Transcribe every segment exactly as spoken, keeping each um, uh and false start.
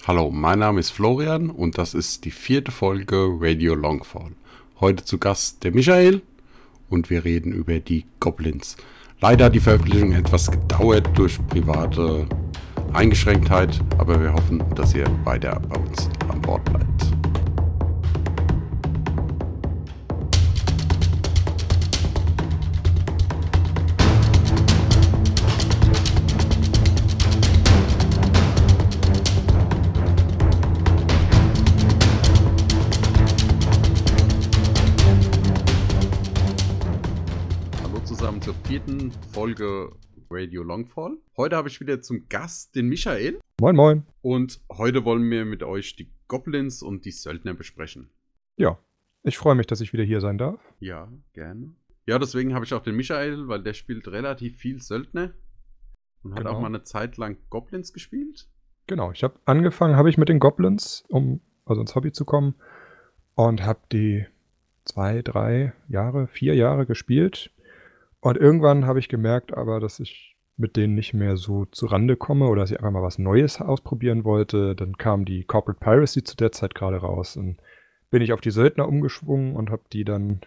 Hallo, mein Name ist Florian und das ist die vierte Folge Radio Longfall. Heute zu Gast der Michael und wir reden über die Goblins. Leider hat die Veröffentlichung etwas gedauert durch private Eingeschränktheit, aber wir hoffen, dass ihr weiter bei uns an Bord bleibt. Zur vierten Folge Radio Longfall. Heute habe ich wieder zum Gast den Michael. Moin, moin. Und heute wollen wir mit euch die Goblins und die Söldner besprechen. Ja, ich freue mich, dass ich wieder hier sein darf. Ja, gerne. Ja, deswegen habe ich auch den Michael, weil der spielt relativ viel Söldner und hat Genau. auch mal eine Zeit lang Goblins gespielt. Genau, ich habe angefangen, habe ich mit den Goblins, um also ins Hobby zu kommen, und habe die zwei, drei Jahre, vier Jahre gespielt. Und irgendwann habe ich gemerkt aber, dass ich mit denen nicht mehr so zurande komme oder dass ich einfach mal was Neues ausprobieren wollte. Dann kam die Corporate Piracy zu der Zeit gerade raus und bin ich auf die Söldner umgeschwungen und habe die dann,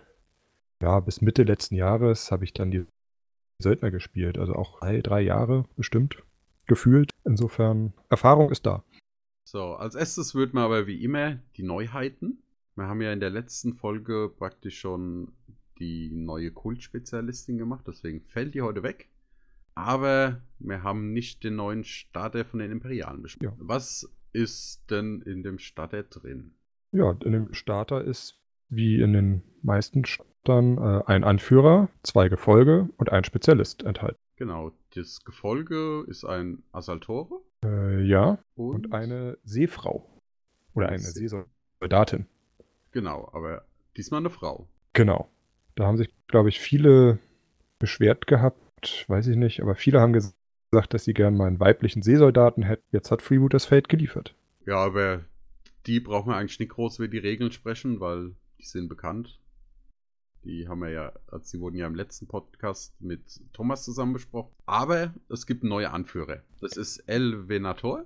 ja, bis Mitte letzten Jahres habe ich dann die Söldner gespielt. Also auch drei, drei Jahre bestimmt gefühlt. Insofern, Erfahrung ist da. So, als erstes würden wir aber wie immer die Neuheiten. Wir haben ja in der letzten Folge praktisch schon die neue Kult-Spezialistin gemacht, deswegen fällt die heute weg. Aber wir haben nicht den neuen Starter von den Imperialen besprochen. Ja. Was ist denn in dem Starter drin? Ja, in dem Starter ist, wie in den meisten Startern, äh, ein Anführer, zwei Gefolge und ein Spezialist enthalten. Genau, das Gefolge ist ein Assaltore. Äh, ja, und, und eine Seefrau. Oder eine See- Seesoldatin. Genau, aber diesmal eine Frau. Genau. Da haben sich, glaube ich, viele beschwert gehabt, weiß ich nicht, aber viele haben gesagt, dass sie gern mal einen weiblichen Seesoldaten hätten. Jetzt hat Freeboot das Fate geliefert. Ja, aber die brauchen wir eigentlich nicht groß über die Regeln sprechen, weil die sind bekannt. Die haben wir ja, also die wurden ja im letzten Podcast mit Thomas zusammen besprochen. Aber es gibt neue Anführer. Das ist El Venator.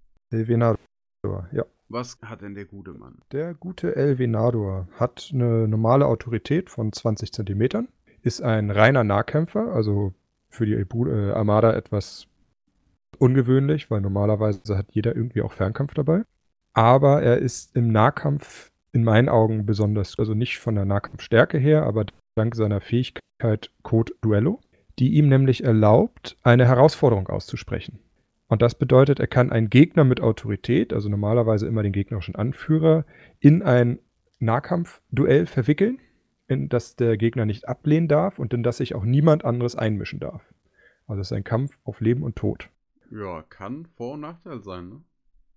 El Venador, ja. Was hat denn der gute Mann? Der gute El Venador hat eine normale Autorität von zwanzig Zentimetern, ist ein reiner Nahkämpfer, also für die äh, Armada etwas ungewöhnlich, weil normalerweise hat jeder irgendwie auch Fernkampf dabei. Aber er ist im Nahkampf in meinen Augen besonders, also nicht von der Nahkampfstärke her, aber dank seiner Fähigkeit Code Duello, die ihm nämlich erlaubt, eine Herausforderung auszusprechen. Und das bedeutet, er kann einen Gegner mit Autorität, also normalerweise immer den gegnerischen Anführer, in ein Nahkampfduell verwickeln, in das der Gegner nicht ablehnen darf und in das sich auch niemand anderes einmischen darf. Also es ist ein Kampf auf Leben und Tod. Ja, kann Vor- und Nachteil sein, ne?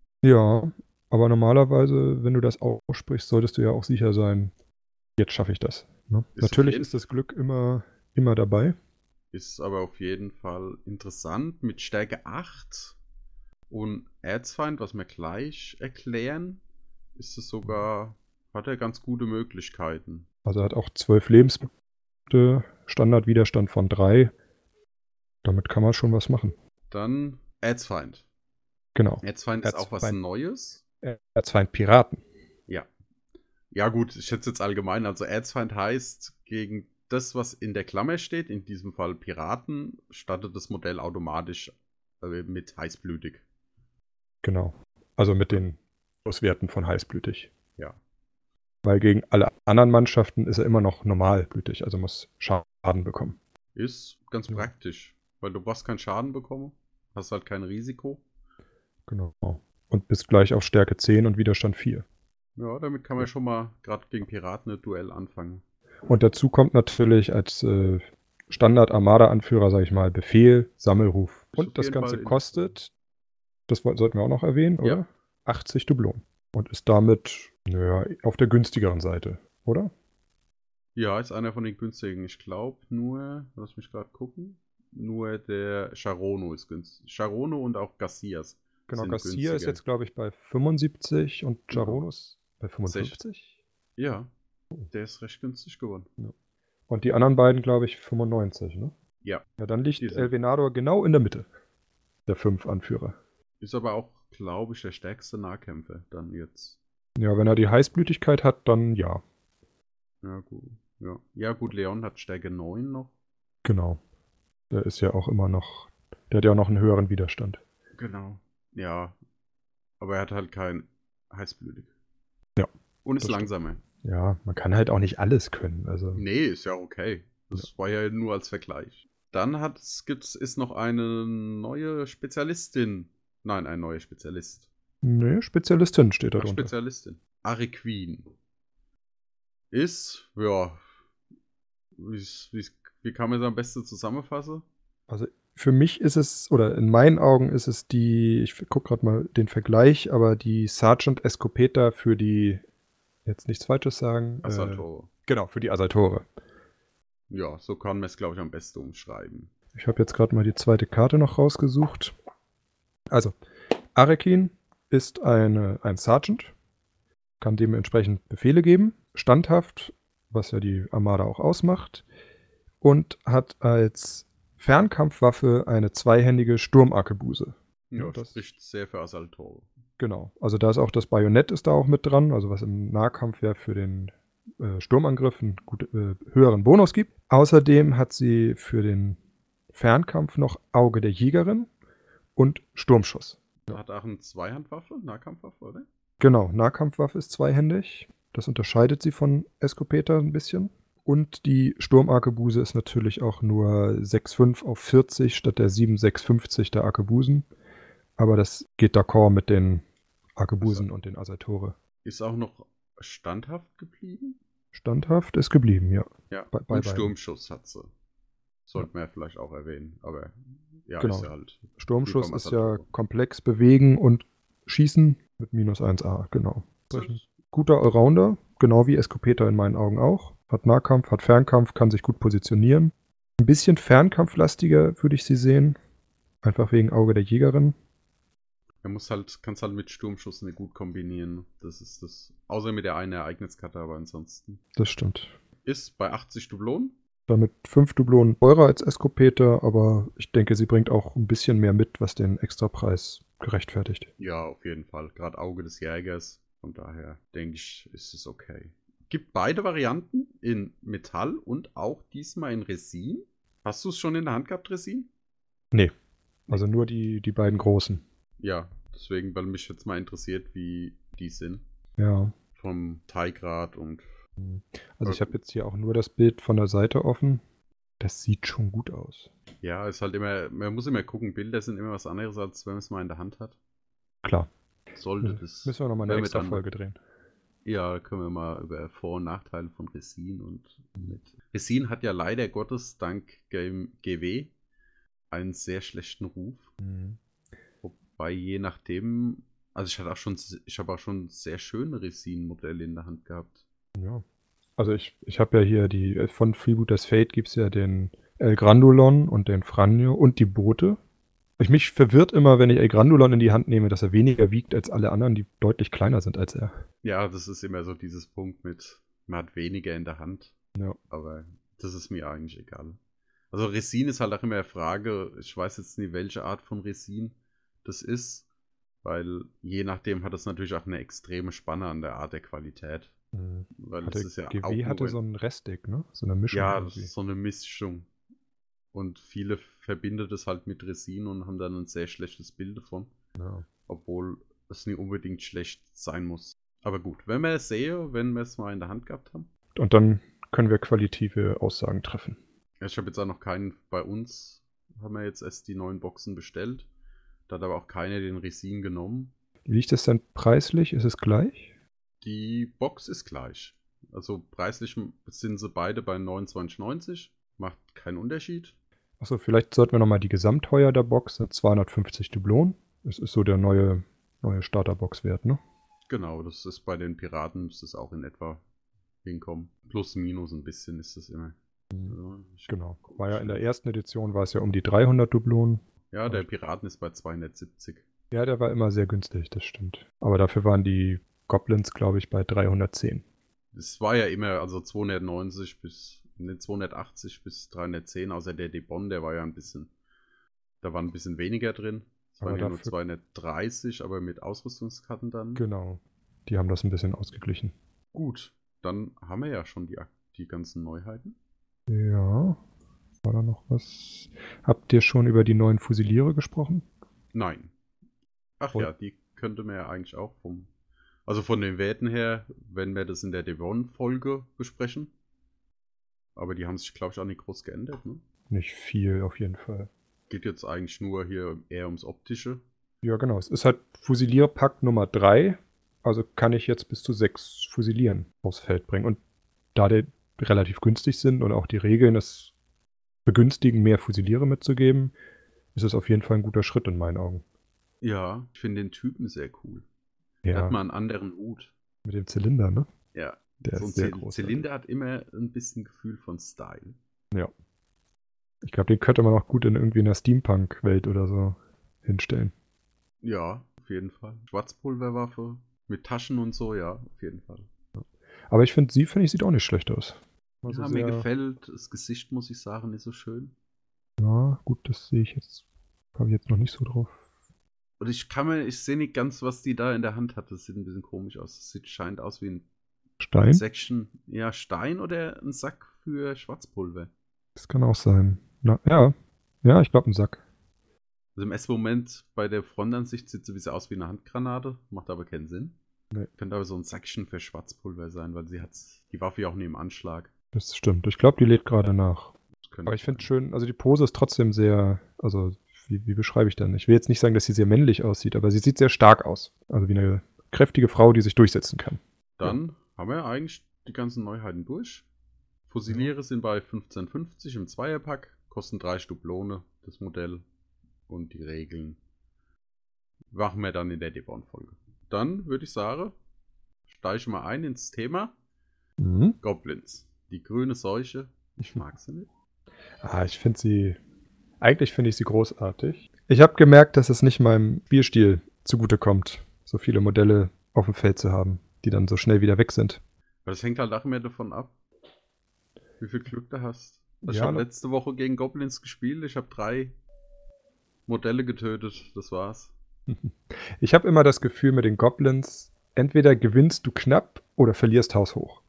Ja, aber normalerweise, wenn du das aussprichst, solltest du ja auch sicher sein, jetzt schaffe ich das. Ne? Ist Natürlich ist das Glück immer, immer dabei. Ist aber auf jeden Fall interessant mit Stärke acht und Erzfeind, was wir gleich erklären, ist es sogar, hat er ganz gute Möglichkeiten. Also er hat auch zwölf Lebenspunkte, Standardwiderstand von drei. Damit kann man schon was machen. Dann Erzfeind. Genau. Erzfeind ist auch was Neues. Erzfeind Piraten. Ja. Ja gut, ich schätze jetzt allgemein, also Erzfeind heißt gegen das, was in der Klammer steht, in diesem Fall Piraten, startet das Modell automatisch äh, mit heißblütig. Genau. Also mit den Auswerten von heißblütig. Ja. Weil gegen alle anderen Mannschaften ist er immer noch normalblütig, also muss Schaden bekommen. Ist ganz ja. praktisch, weil du brauchst keinen Schaden bekommen, hast halt kein Risiko. Genau. Und bist gleich auf Stärke zehn und Widerstand vier. Ja, damit kann man ja schon mal gerade gegen Piraten ein Duell anfangen. Und dazu kommt natürlich als äh, Standard-Armada-Anführer, sage ich mal, Befehl, Sammelruf. Ist und das Ganze kostet, das sollten wir auch noch erwähnen, oder? Ja. achtzig Dublonen. Und ist damit, naja, auf der günstigeren Seite, oder? Ja, ist einer von den günstigen. Ich glaube nur, lass mich gerade gucken, nur der Charono ist günstig. Charono und auch Garcias. Genau, Garcia ist jetzt, glaube ich, bei fünfundsiebzig und Charono ist genau. bei fünfundfünfzig. Ja. Der ist recht günstig geworden. Ja. Und die anderen beiden, glaube ich, fünfundneunzig, ne? Ja. Ja, dann liegt El Venador genau in der Mitte der fünf Anführer. Ist aber auch glaube ich, der stärkste Nahkämpfer dann jetzt. Ja, wenn er die Heißblütigkeit hat, dann ja. Ja, gut. Ja, ja gut, Leon hat Stärke neun noch. Genau. Der ist ja auch immer noch, der hat ja auch noch einen höheren Widerstand. Genau. Ja, aber er hat halt kein heißblütig. Ja. Und ist das stimmt. langsamer. Ja, man kann halt auch nicht alles können. Also, Nee, ist ja okay. Das war ja nur als Vergleich. Dann hat es gibt's, ist noch eine neue Spezialistin. Nein, ein neuer Spezialist. nee, Spezialistin steht da Ach, drunter. Spezialistin. Arequin. Ist, ja, wie's, wie's, wie kann man es am besten zusammenfassen? Also für mich ist es, oder in meinen Augen ist es die, ich gucke gerade mal den Vergleich, aber die Sergeant Escopeta für die, jetzt nichts Falsches sagen. Assaltore. Äh, genau, für die Assaltore. Ja, so kann man es, glaube ich, am besten umschreiben. Ich habe jetzt gerade mal die zweite Karte noch rausgesucht. Also, Arekin ist eine, ein Sergeant, kann dementsprechend Befehle geben, standhaft, was ja die Armada auch ausmacht, und hat als Fernkampfwaffe eine zweihändige Sturmarkebuse. Ja, Ja, das spricht sehr für Assaltore. Genau. Also da ist auch das Bajonett ist da auch mit dran, also was im Nahkampf ja für den äh, Sturmangriff einen gut, äh, höheren Bonus gibt. Außerdem hat sie für den Fernkampf noch Auge der Jägerin und Sturmschuss. Hat auch eine Zweihandwaffe, Nahkampfwaffe, oder? Genau, Nahkampfwaffe ist zweihändig. Das unterscheidet sie von Escopeta ein bisschen. Und die Sturmarkebuse ist natürlich auch nur sechs Komma fünf auf vierzig statt der sieben Komma sechs fünfzig der Arkebusen. Aber das geht d'accord mit den Arkebusen Also, und den Assaltore. ist auch noch standhaft geblieben? Standhaft ist geblieben, ja. Ja, Bei, bei und beiden. Sturmschuss hat sie. Sollte man ja vielleicht auch erwähnen, aber ja, Genau. ist ja halt. Sturmschuss wie ist beim ja Assaltore. komplex bewegen und schießen mit minus eins a, genau. Guter Allrounder, genau wie Escopeta in meinen Augen auch. Hat Nahkampf, hat Fernkampf, kann sich gut positionieren. Ein bisschen Fernkampflastiger würde ich sie sehen. Einfach wegen Auge der Jägerin. Er muss halt, kannst halt mit Sturmschuss nicht gut kombinieren. Das ist das. Außer mit der einen Ereigniskarte, aber ansonsten. Das stimmt. Ist bei achtzig Dublonen. Damit fünf Dublonen teurer als Escopeta, aber ich denke, sie bringt auch ein bisschen mehr mit, was den Extrapreis gerechtfertigt. Ja, auf jeden Fall. Gerade Auge des Jägers. Von daher denke ich, ist es okay. Gibt beide Varianten in Metall und auch diesmal in Resin. Hast du es schon in der Hand gehabt, Resin? Nee. Also nur die, die beiden großen. Ja, deswegen, weil mich jetzt mal interessiert, wie die sind. Ja. Vom Teiggrad und. Also ich habe jetzt hier auch nur das Bild von der Seite offen. Das sieht schon gut aus. Ja, ist halt immer, man muss immer gucken, Bilder sind immer was anderes, als wenn man es mal in der Hand hat. Klar. Sollte das. Müssen wir nochmal eine extra Folge drehen. Ja, können wir mal über Vor- und Nachteile von Resin und mit. Resin hat ja leider Gottes dank G W einen sehr schlechten Ruf. Mhm. Wobei je nachdem, also ich hatte auch schon, ich habe auch schon sehr schöne Resin-Modelle in der Hand gehabt. Ja. Also ich, ich habe ja hier die, von Freebooters Fate gibt es ja den El Grandulon und den Franjo und die Boote. Ich mich verwirrt immer, wenn ich El Grandulon in die Hand nehme, dass er weniger wiegt als alle anderen, die deutlich kleiner sind als er. Ja, das ist immer so dieses Punkt mit, man hat weniger in der Hand. Ja. Aber das ist mir eigentlich egal. Also Resin ist halt auch immer eine Frage, ich weiß jetzt nicht, welche Art von Resin das ist, weil je nachdem hat es natürlich auch eine extreme Spanne an der Art der Qualität. Mhm. Weil hatte, es ist ja G W auch hatte nur, so ein Restig, ne? So eine Mischung. ja, irgendwie. das ist so eine Mischung. Und viele verbinden das halt mit Resin und haben dann ein sehr schlechtes Bild davon. Ja. Obwohl es nicht unbedingt schlecht sein muss. Aber gut, wenn wir es sehen, wenn wir es mal in der Hand gehabt haben. Und dann können wir qualitative Aussagen treffen. Ich habe jetzt auch noch keinen bei uns, haben wir jetzt erst die neuen Boxen bestellt. Da hat aber auch keiner den Resin genommen. Wie liegt das denn preislich? Ist es gleich? Die Box ist gleich. Also preislich sind sie beide bei neunundzwanzig neunzig. Macht keinen Unterschied. Achso, vielleicht sollten wir nochmal die Gesamtteuer der Box, sind zweihundertfünfzig Dublonen. Das ist so der neue, neue Starterbox-Wert, ne? Genau, das ist bei den Piraten, müsste es auch in etwa hinkommen. Plus, minus ein bisschen ist es immer. Mhm. Ja, genau. War ja in der ersten Edition war es ja um die dreihundert Dublonen. Ja, der Piraten ist bei zweihundertsiebzig. Ja, der war immer sehr günstig, das stimmt. Aber dafür waren die Goblins, glaube ich, bei dreihundertzehn. Es war ja immer, also zweihundertneunzig bis, ne, zweihundertachtzig bis dreihundertzehn, außer der Debon, der war ja ein bisschen, da war ein bisschen weniger drin. Das waren Aber ja nur dafür, zweihundertdreißig, aber mit Ausrüstungskarten dann. genau, die haben das ein bisschen ausgeglichen. Gut, dann haben wir ja schon die, die ganzen Neuheiten. Ja, war da noch was? Habt ihr schon über die neuen Fusiliere gesprochen? Nein. Ach Und- ja, die könnte man ja eigentlich auch vom... Also von den Werten her, wenn wir das in der Devon-Folge besprechen. Aber die haben sich, glaube ich, auch nicht groß geändert, ne? Nicht viel auf jeden Fall. Geht jetzt eigentlich nur hier eher ums Optische. Ja, genau. Es ist halt Fusilierpack Nummer drei. Also kann ich jetzt bis zu sechs Fusilieren aufs Feld bringen. Und da die relativ günstig sind und auch die Regeln es begünstigen, mehr Fusiliere mitzugeben, ist es auf jeden Fall ein guter Schritt in meinen Augen. Ja, ich finde den Typen sehr cool. Ja, Der hat mal einen anderen Hut. mit dem Zylinder, ne? Ja, Der so ein ist sehr Zy- groß. Zylinder hat immer ein bisschen Gefühl von Style. Ja. Ich glaube, den könnte man auch gut in irgendwie einer Steampunk-Welt oder so hinstellen. Ja, auf jeden Fall. Schwarzpulverwaffe mit Taschen und so, ja, auf jeden Fall. Aber ich finde, sie, finde ich, sieht auch nicht schlecht aus. Also Ja, mir sehr- gefällt das Gesicht, muss ich sagen, ist so schön. Ja, gut, das sehe ich jetzt, habe ich jetzt noch nicht so drauf. Und ich kann mir, ich sehe nicht ganz, was die da in der Hand hat. Das sieht ein bisschen komisch aus. Das sieht, scheint aus wie ein Stein? Säckchen, ja, Stein oder ein Sack für Schwarzpulver. Das kann auch sein. Na, ja, ja, ich glaube ein Sack. Also im ersten Moment bei der Frontansicht sieht sie wie so aus wie eine Handgranate, macht aber keinen Sinn. Nee. Könnte aber so ein Sackchen für Schwarzpulver sein, weil sie hat die Waffe ja auch nie im Anschlag. Das stimmt. Ich glaube, die lädt gerade nach. Das könnte Aber ich finde sein. schön, also die Pose ist trotzdem sehr, also wie, wie beschreibe ich denn? Ich will jetzt nicht sagen, dass sie sehr männlich aussieht, aber sie sieht sehr stark aus. Also wie eine kräftige Frau, die sich durchsetzen kann. Dann haben wir eigentlich die ganzen Neuheiten durch. Fusiliere sind bei fünfzehn fünfzig im Zweierpack, kosten drei Dublone das Modell und die Regeln machen wir dann in der Devon-Folge. Dann würde ich sagen, steige mal ein ins Thema Mhm. Goblins. Die grüne Seuche. Ich mag sie nicht. Ah, ich finde sie, eigentlich finde ich sie großartig. Ich habe gemerkt, dass es nicht meinem Spielstil zugutekommt, so viele Modelle auf dem Feld zu haben, die dann so schnell wieder weg sind. Aber das hängt halt auch immer davon ab, wie viel Glück du hast. Also ich Ja, habe ne- letzte Woche gegen Goblins gespielt. Ich habe drei Modelle getötet. Das war's. Ich habe immer das Gefühl mit den Goblins, entweder gewinnst du knapp oder verlierst haushoch.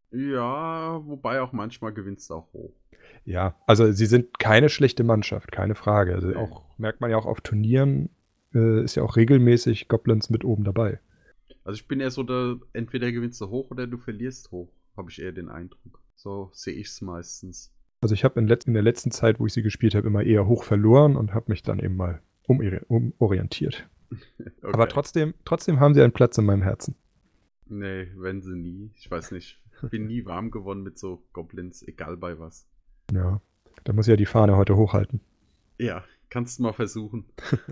Ja, wobei auch manchmal gewinnst du auch hoch. Ja, also sie sind keine schlechte Mannschaft, keine Frage. Also Nee. auch, merkt man ja auch auf Turnieren, äh, ist ja auch regelmäßig Goblins mit oben dabei. Also ich bin eher so der, entweder gewinnst du hoch oder du verlierst hoch. Habe ich eher den Eindruck. So sehe ich es meistens. Also ich habe in, letz- in der letzten Zeit, wo ich sie gespielt habe, immer eher hoch verloren und habe mich dann eben mal umori- umorientiert. Okay. Aber trotzdem, trotzdem haben sie einen Platz in meinem Herzen. Nee, wenn sie nie. Ich weiß nicht. Bin nie warm geworden mit so Goblins, egal bei was. Ja, da muss ich ja die Fahne heute hochhalten. Ja, kannst du mal versuchen.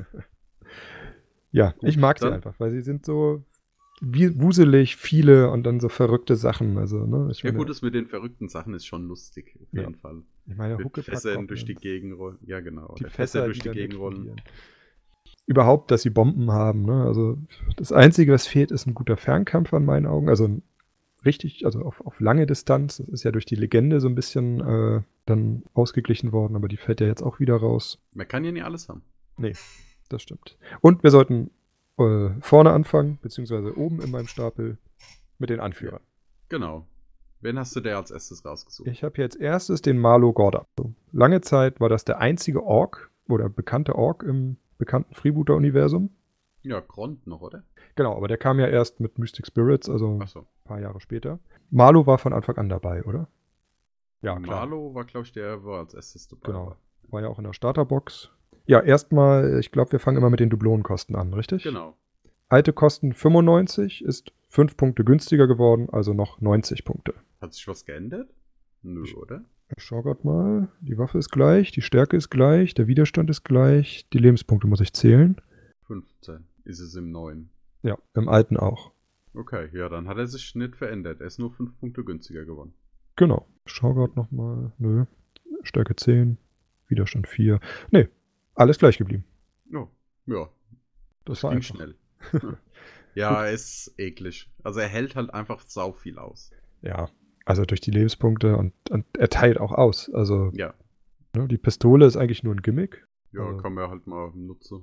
Ja, Gut, ich mag sie dann- einfach, weil sie sind so wie- wuselig, viele und dann so verrückte Sachen. Also, ne, ich Ja meine, gut, das mit den verrückten Sachen ist schon lustig, auf Ja. jeden Fall. ich meine Mit Huckepack Fässern durch die Goblins, Gegend rollen. Ja, genau. die Oder Fässer, durch die die dann Gegend rollen. explodieren. Überhaupt, dass sie Bomben haben. Ne? Also das Einzige, was fehlt, ist ein guter Fernkampf an meinen Augen. Also ein richtig, also auf, auf lange Distanz. Das ist ja durch die Legende so ein bisschen äh, dann ausgeglichen worden, aber die fällt ja jetzt auch wieder raus. Man kann ja nie alles haben. Nee, das stimmt. Und wir sollten äh, vorne anfangen, beziehungsweise oben in meinem Stapel mit den Anführern. Genau. Wen hast du der als erstes rausgesucht? Ich habe jetzt erstes den Marlo Gorda. So, lange Zeit war das der einzige Ork oder bekannte Ork im bekannten Freebooter-Universum. Ja, Grond noch, oder? Genau, aber der kam ja erst mit Mystic Spirits, also Achso. ein paar Jahre später. Marlo war von Anfang an dabei, oder? Ja, klar. Marlo war, glaube ich, der war als erstes dabei. Genau. War ja auch in der Starterbox. Ja, erstmal, ich glaube, wir fangen immer mit den Dublonenkosten an, richtig? Genau. Alte kosten fünfundneunzig, ist fünf Punkte günstiger geworden, also noch neunzig Punkte. Hat sich was geändert? Nö, oder? Ich schau grad mal. Die Waffe ist gleich, die Stärke ist gleich, der Widerstand ist gleich, die Lebenspunkte muss ich zählen. fünfzehn ist es im neuen. Ja, im alten auch. Okay, ja, dann hat er sich nicht verändert. Er ist nur fünf Punkte günstiger geworden. Genau. Ich schau grad nochmal. Nö. Stärke zehn, Widerstand vier. Nee, alles gleich geblieben. Oh, ja, Das das war ging einfach. schnell. Ja, er ist eklig. Also er hält halt einfach sau viel aus. Ja, also durch die Lebenspunkte und, und er teilt auch aus. Also Ja, ne, die Pistole ist eigentlich nur ein Gimmick. ja, Also- kann man halt mal nutzen.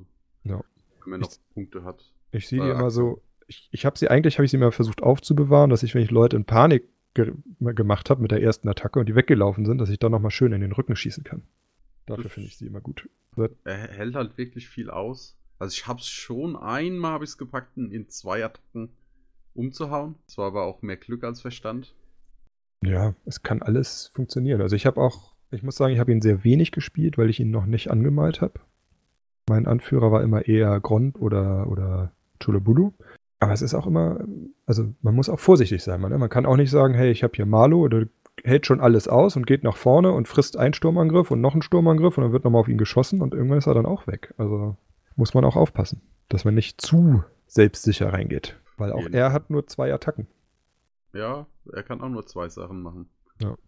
Ja. Wenn man noch Ich, Punkte hat. ich sehe Äh, die immer Aktion. so, ich, ich habe sie eigentlich, habe ich sie immer versucht aufzubewahren, dass ich, wenn ich Leute in Panik ge gemacht habe mit der ersten Attacke und die weggelaufen sind, dass ich dann nochmal schön in den Rücken schießen kann. Dafür Das finde ich sie immer gut. er hält halt wirklich viel aus. Also ich habe es schon einmal habe ich es gepackt, ihn in zwei Attacken umzuhauen. Das war aber auch mehr Glück als Verstand. Ja, es kann alles funktionieren. Also ich habe auch, ich muss sagen, ich habe ihn sehr wenig gespielt, weil ich ihn noch nicht angemalt habe. Mein Anführer war immer eher Grond oder, oder Chulabulu. Aber es ist auch immer, also man muss auch vorsichtig sein. Man, man kann auch nicht sagen, hey, ich habe hier Marlo oder hält schon alles aus und geht nach vorne und frisst einen Sturmangriff und noch einen Sturmangriff und dann wird nochmal auf ihn geschossen und irgendwann ist er dann auch weg. Also muss man auch aufpassen, dass man nicht zu selbstsicher reingeht. Weil auch Jeden er Fall. hat nur zwei Attacken. Ja, er kann auch nur zwei Sachen machen. Ja.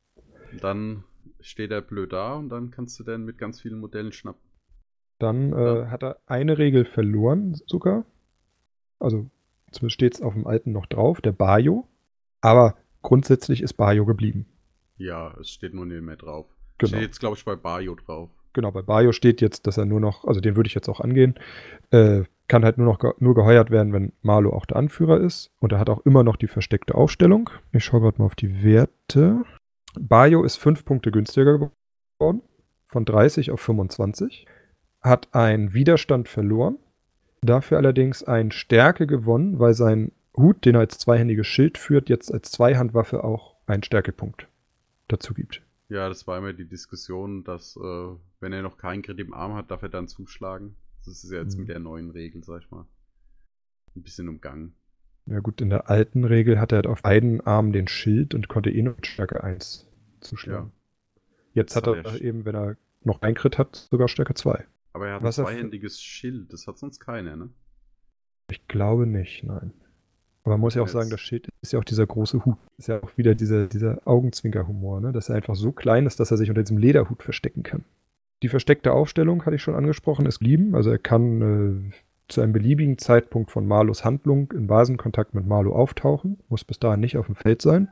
Dann steht er blöd da und dann kannst du den mit ganz vielen Modellen schnappen. Dann äh, Ja. hat er eine Regel verloren sogar. Also zumindest steht es auf dem alten noch drauf, der Bayo. Aber grundsätzlich ist Bayo geblieben. Ja, es steht nur nicht mehr drauf. Genau. Steht jetzt, glaube ich, bei Bayo drauf. Genau, bei Bayo steht jetzt, dass er nur noch, also den würde ich jetzt auch angehen, äh, kann halt nur noch ge nur geheuert werden, wenn Marlo auch der Anführer ist. Und er hat auch immer noch die versteckte Aufstellung. Ich schaue gerade mal auf die Werte. Bayo ist fünf Punkte günstiger geworden, von dreißig auf fünfundzwanzig. Hat einen Widerstand verloren, dafür allerdings eine Stärke gewonnen, weil sein Hut, den er als zweihändiges Schild führt, jetzt als Zweihandwaffe auch einen Stärkepunkt dazu gibt. Ja, das war immer die Diskussion, dass, äh, wenn er noch keinen Crit im Arm hat, darf er dann zuschlagen. Das ist ja jetzt Mhm. mit der neuen Regel, sag ich mal, ein bisschen umgangen. Ja gut, in der alten Regel hatte er halt auf beiden Armen den Schild und konnte eh nur mit Stärke eins zuschlagen. Jetzt hat Das er hat er sch- eben, wenn er noch ein Crit hat, sogar Stärke zwei. Aber er hat Was ein er für- zweihändiges Schild, das hat sonst keiner, ne? Ich glaube nicht, nein. Aber man muss ja auch Jetzt- sagen, das Schild ist ja auch dieser große Hut. Ist ja auch wieder dieser, dieser Augenzwinker-Humor, ne? Dass er einfach so klein ist, dass er sich unter diesem Lederhut verstecken kann. Die versteckte Aufstellung, hatte ich schon angesprochen, ist geblieben. Also er kann äh, zu einem beliebigen Zeitpunkt von Marlos Handlung in Basenkontakt mit Marlo auftauchen, muss bis dahin nicht auf dem Feld sein.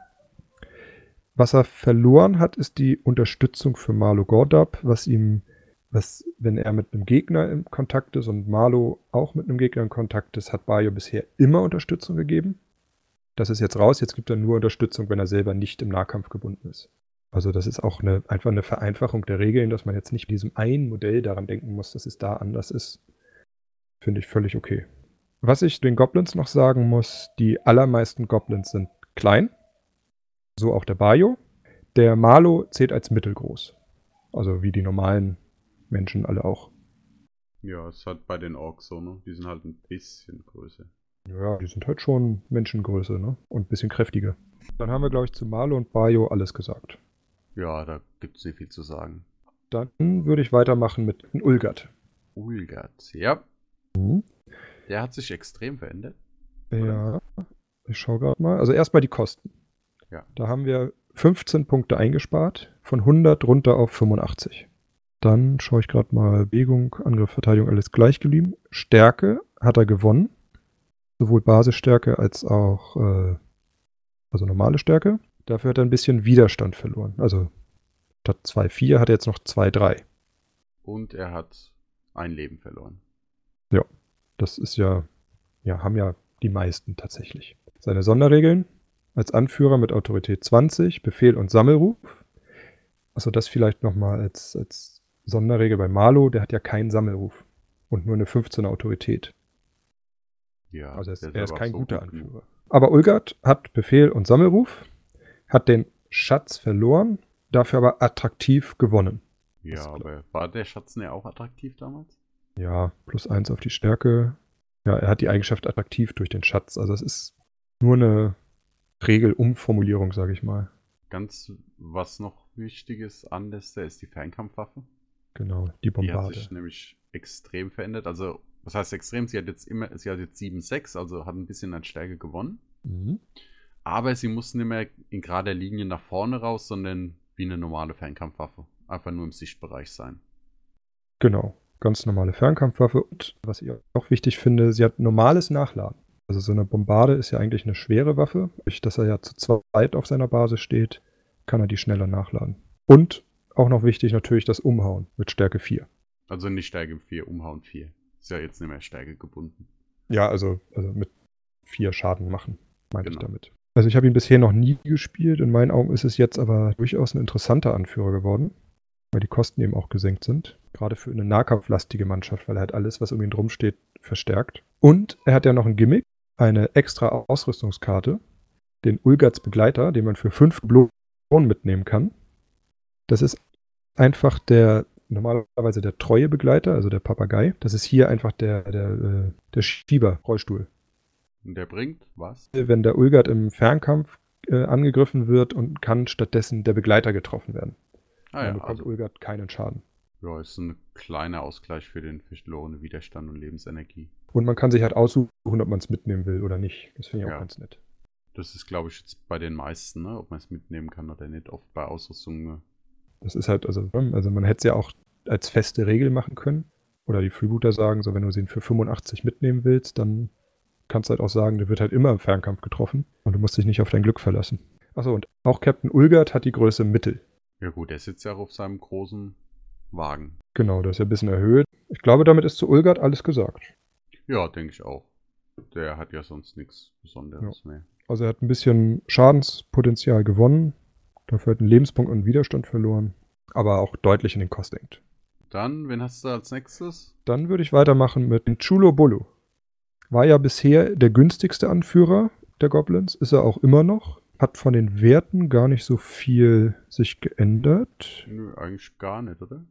Was er verloren hat, ist die Unterstützung für Marlo Gordab, was ihm, was, wenn er mit einem Gegner in Kontakt ist und Marlo auch mit einem Gegner in Kontakt ist, hat Bayo bisher immer Unterstützung gegeben. Das ist jetzt raus, jetzt gibt er nur Unterstützung, wenn er selber nicht im Nahkampf gebunden ist. Also das ist auch eine, einfach eine Vereinfachung der Regeln, dass man jetzt nicht bei diesem einen Modell daran denken muss, dass es da anders ist. Finde ich völlig okay. Was ich den Goblins noch sagen muss, die allermeisten Goblins sind klein. So auch der Bayo. Der Marlo zählt als mittelgroß. Also wie die normalen Menschen alle auch. Ja, es ist halt bei den Orks so, ne? Die sind halt ein bisschen größer. Ja, die sind halt schon Menschengröße, ne? Und ein bisschen kräftiger. Dann haben wir, glaube ich, zu Marlo und Bayo alles gesagt. Ja, da gibt's nicht viel zu sagen. Dann würde ich weitermachen mit Ulgard. Ulgard, ja. Mhm. Der hat sich extrem verändert. Ja, ich schaue gerade mal. Also erstmal die Kosten. Ja. Da haben wir fünfzehn Punkte eingespart, von hundert runter auf fünfundachtzig. Dann schaue ich gerade mal, Bewegung, Angriff, Verteidigung, alles gleich geblieben. Stärke hat er gewonnen. Sowohl Basisstärke als auch äh, also normale Stärke. Dafür hat er ein bisschen Widerstand verloren. Also statt zwei Komma vier hat er jetzt noch zwei Komma drei. Und er hat ein Leben verloren. Ja, das ist ja, ja, haben ja die meisten tatsächlich. Seine Sonderregeln: als Anführer mit Autorität zwanzig, Befehl und Sammelruf. Achso, das vielleicht nochmal als, als Sonderregel bei Marlo, der hat ja keinen Sammelruf und nur eine fünfzehner Autorität. Ja, Also er ist, der er ist aber kein so guter gut genug. Anführer. Aber Ulgard hat Befehl und Sammelruf, hat den Schatz verloren, dafür aber attraktiv gewonnen. Ja, Das- aber war der Schatz ja auch attraktiv damals? Ja, plus eins auf die Stärke. Ja, er hat die Eigenschaft attraktiv durch den Schatz. Also es ist nur eine Regelumformulierung, sage ich mal. Ganz, was noch wichtig ist, anders, der ist die Fernkampfwaffe. Genau, die Die hat Bombarde. sich nämlich extrem verändert. Also, was heißt extrem? Sie hat jetzt immer, sie hat jetzt sieben sechs, also hat ein bisschen an Stärke gewonnen. Mhm. Aber sie muss nicht mehr in gerader Linie nach vorne raus, sondern wie eine normale Fernkampfwaffe. Einfach nur im Sichtbereich sein. Genau, ganz normale Fernkampfwaffe. Und was ich auch wichtig finde, sie hat normales Nachladen. Also so eine Bombarde ist ja eigentlich eine schwere Waffe. Durch dass er ja zu zweit auf seiner Basis steht, kann er die schneller nachladen. Und auch noch wichtig natürlich das Umhauen mit Stärke vier. Also nicht Stärke vier, Umhauen vier. Ist ja jetzt nicht mehr Stärke gebunden. Ja, also, also mit vier Schaden machen, meinte Genau. ich damit. Also ich habe ihn bisher noch nie gespielt. In meinen Augen ist es jetzt aber durchaus ein interessanter Anführer geworden, weil die Kosten eben auch gesenkt sind. Gerade für eine nahkampflastige Mannschaft, weil er halt alles, was um ihn drum steht, verstärkt. Und er hat ja noch ein Gimmick, eine extra Ausrüstungskarte, den Ulgards Begleiter, den man für fünf Dublonen mitnehmen kann. Das ist einfach der, normalerweise der treue Begleiter, also der Papagei. Das ist hier einfach der, der, äh, der Schieber-Rollstuhl. Und der bringt was? Wenn der Ulgard im Fernkampf äh, angegriffen wird und kann stattdessen der Begleiter getroffen werden. Ah Dann ja, bekommt also, Ulgard keinen Schaden. ja, ist ein kleiner Ausgleich für den verlorenen Widerstand und Lebensenergie. Und man kann sich halt aussuchen, ob man es mitnehmen will oder nicht. Das finde ich auch Ja. ganz nett. Das ist, glaube ich, jetzt bei den meisten, ne? Ob man es mitnehmen kann oder nicht. Oft bei Ausrüstung. Ne? Das ist halt, also, also man hätte es ja auch als feste Regel machen können. Oder die Freebooter sagen, so wenn du sie für fünfundachtzig mitnehmen willst, dann kannst du halt auch sagen, der wird halt immer im Fernkampf getroffen und du musst dich nicht auf dein Glück verlassen. Achso, und auch Captain Ulgard hat die Größe Mittel. Ja gut, der sitzt ja auch auf seinem großen Wagen. Genau, das ist ja ein bisschen erhöht. Ich glaube, damit ist zu Ulgard alles gesagt. Ja, denke ich auch. Der hat ja sonst nichts Besonderes mehr. Also er hat ein bisschen Schadenspotenzial gewonnen. Dafür hat einen Lebenspunkt und einen Widerstand verloren. Aber auch deutlich in den Kost denkt. Dann, wen hast du als nächstes? Dann würde ich weitermachen mit dem Chulo Bulu. War ja bisher der günstigste Anführer der Goblins. Ist er auch immer noch. Hat von den Werten gar nicht so viel sich geändert. Nö, eigentlich gar nicht, oder?